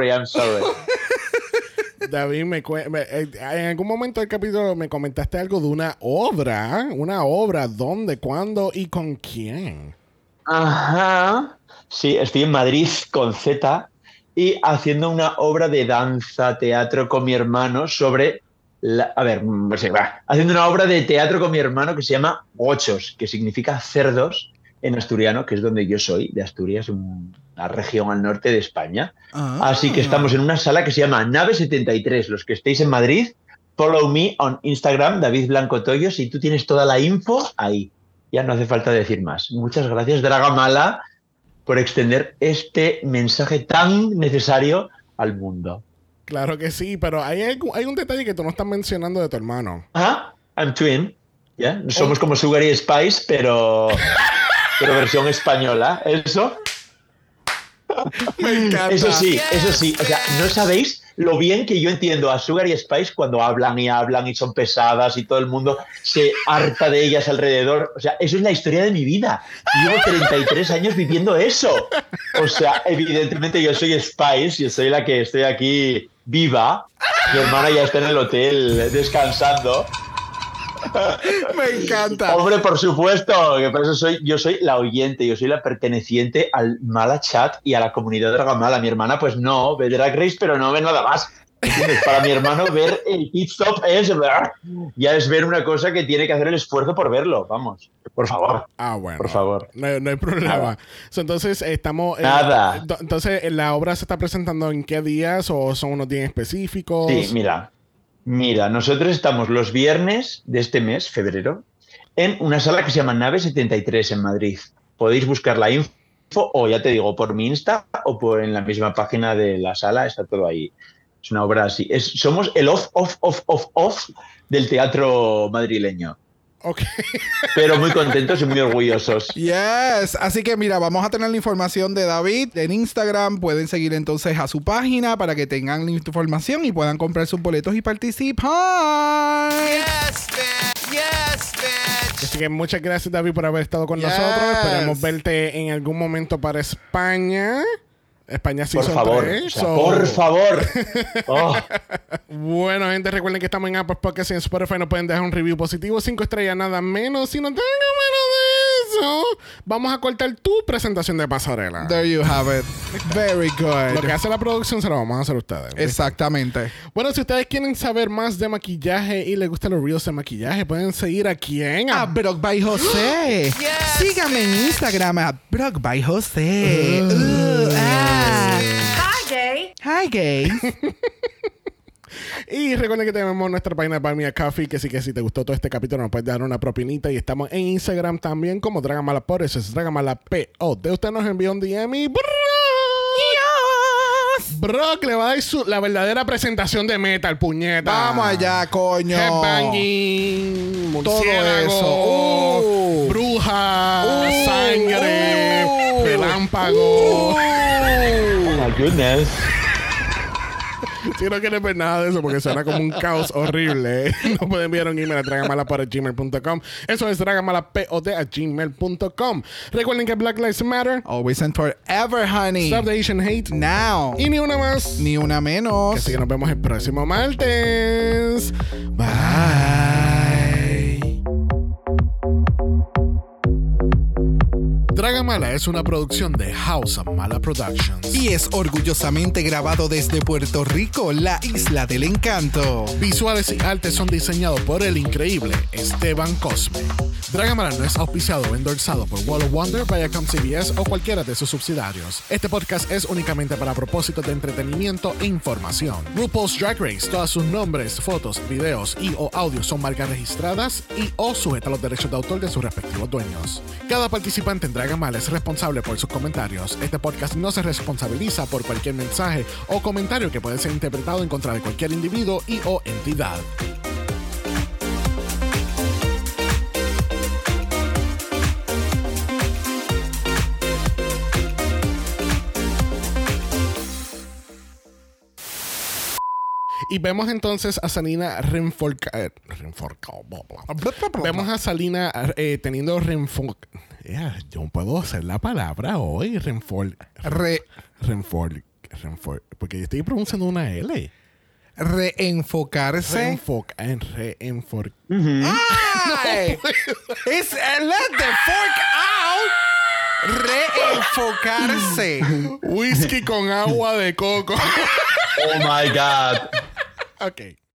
David, en algún momento del capítulo me comentaste algo de una obra. ¿Una obra? ¿Dónde? ¿Cuándo? ¿Y con quién? Ajá. Sí, estoy en Madrid con Z y haciendo una obra de danza, teatro con mi hermano sobre... haciendo una obra de teatro con mi hermano que se llama Gochos, que significa cerdos en asturiano, que es donde yo soy, de Asturias, una región al norte de España. Así que estamos en una sala que se llama Nave 73. Los que estéis en Madrid, follow me on Instagram, David Blanco Toyos, y tú tienes toda la info ahí. Ya no hace falta decir más. Muchas gracias, Dragamala, por extender este mensaje tan necesario al mundo. Claro que sí, pero hay un detalle que tú no estás mencionando de tu hermano. Ah, I'm twin. ¿Ya? Somos como Sugar y Spice, pero versión española. ¿Eso? Me encanta. Eso sí. O sea, no sabéis lo bien que yo entiendo a Sugar y Spice cuando hablan y son pesadas y todo el mundo se harta de ellas alrededor. O sea, eso es la historia de mi vida. Llevo 33 años viviendo eso. O sea, evidentemente yo soy Spice, yo soy la que estoy aquí viva. Mi hermana ya está en el hotel descansando. Me encanta. Hombre, por supuesto, que por eso yo soy la oyente, yo soy la perteneciente al Mala Chat y a la comunidad Dragamala. Mi hermana, pues no, ve Drag Race, pero no ve nada más. ¿Entiendes? Para mi hermano ver el Pit Stop ya es ver una cosa que tiene que hacer el esfuerzo por verlo. Vamos, por favor. Ah, bueno. Por favor. No hay problema. Entonces, estamos... Nada. Entonces, ¿la obra se está presentando en qué días o son unos días específicos? Sí, Mira, nosotros estamos los viernes de este mes, febrero, en una sala que se llama Nave 73 en Madrid. Podéis buscar la info o, ya te digo, por mi Insta o en la misma página de la sala, está todo ahí. Es una obra así. Somos el off del teatro madrileño. Okay. Pero muy contentos y muy orgullosos. Yes. Así que mira, vamos a tener la información de David en Instagram. Pueden seguir entonces a su página para que tengan la información y puedan comprar sus boletos y participar. Yes, bitch. Yes, bitch. Así que muchas gracias, David, por haber estado con nosotros. Esperemos verte en algún momento para España. España sí por son favor, 3. por favor. Oh. Bueno, gente, recuerden que estamos en Apple Podcasts y en Spotify. Nos pueden dejar un review positivo, 5 estrellas, nada menos. Si no tengan menos de eso, vamos a cortar tu presentación de pasarela. There you have it. Very good. Lo que hace la producción se lo vamos a hacer ustedes. ¿Viste? Exactamente. Bueno, si ustedes quieren saber más de maquillaje y les gustan los reels de maquillaje, pueden seguir a quién? A Brock by José. Síganme en Instagram a Brock by José. Hi, gay. Y recuerden que tenemos nuestra página de Buy Me a Coffee, que sí que si te gustó todo este capítulo nos puedes dar una propinita. Y estamos en Instagram también como Dragamala, por eso es Dragamala POD. Usted nos envió un DM y Brock le va a dar la verdadera presentación de metal, puñeta. Vamos allá, coño. Headbanging, todo eso. Bruja, sangre, relámpago. Oh my goodness. Si no quieres ver nada de eso porque suena como un caos horrible, no pueden enviar un email a dragamala@gmail.com. Eso es dragamalapod@gmail.com. Recuerden que Black Lives Matter. Always and forever, honey. Stop the Asian hate. Now. Y ni una más. Ni una menos. Así que nos vemos el próximo martes. Bye. Dragamala es una producción de House of Mala Productions y es orgullosamente grabado desde Puerto Rico, la isla del encanto. Visuales y artes son diseñados por el increíble Esteban Cosme. Dragamala no es auspiciado o endorsado por Wall of Wonder, Viacom CBS o cualquiera de sus subsidiarios. Este podcast es únicamente para propósitos de entretenimiento e información. RuPaul's Drag Race, todos sus nombres, fotos, videos y o audios son marcas registradas y o sujetas a los derechos de autor de sus respectivos dueños. Cada participante en Dragamala es responsable por sus comentarios. Este podcast no se responsabiliza por cualquier mensaje o comentario que puede ser interpretado en contra de cualquier individuo y o entidad. Y vemos entonces a Salina vemos a Salina teniendo yo no puedo hacer la palabra hoy. Porque yo estoy pronunciando una L. Reenfocarse. ¡Ay! It's let the fork out. Reenfocarse. Whisky con agua de coco. Oh my God. Okay.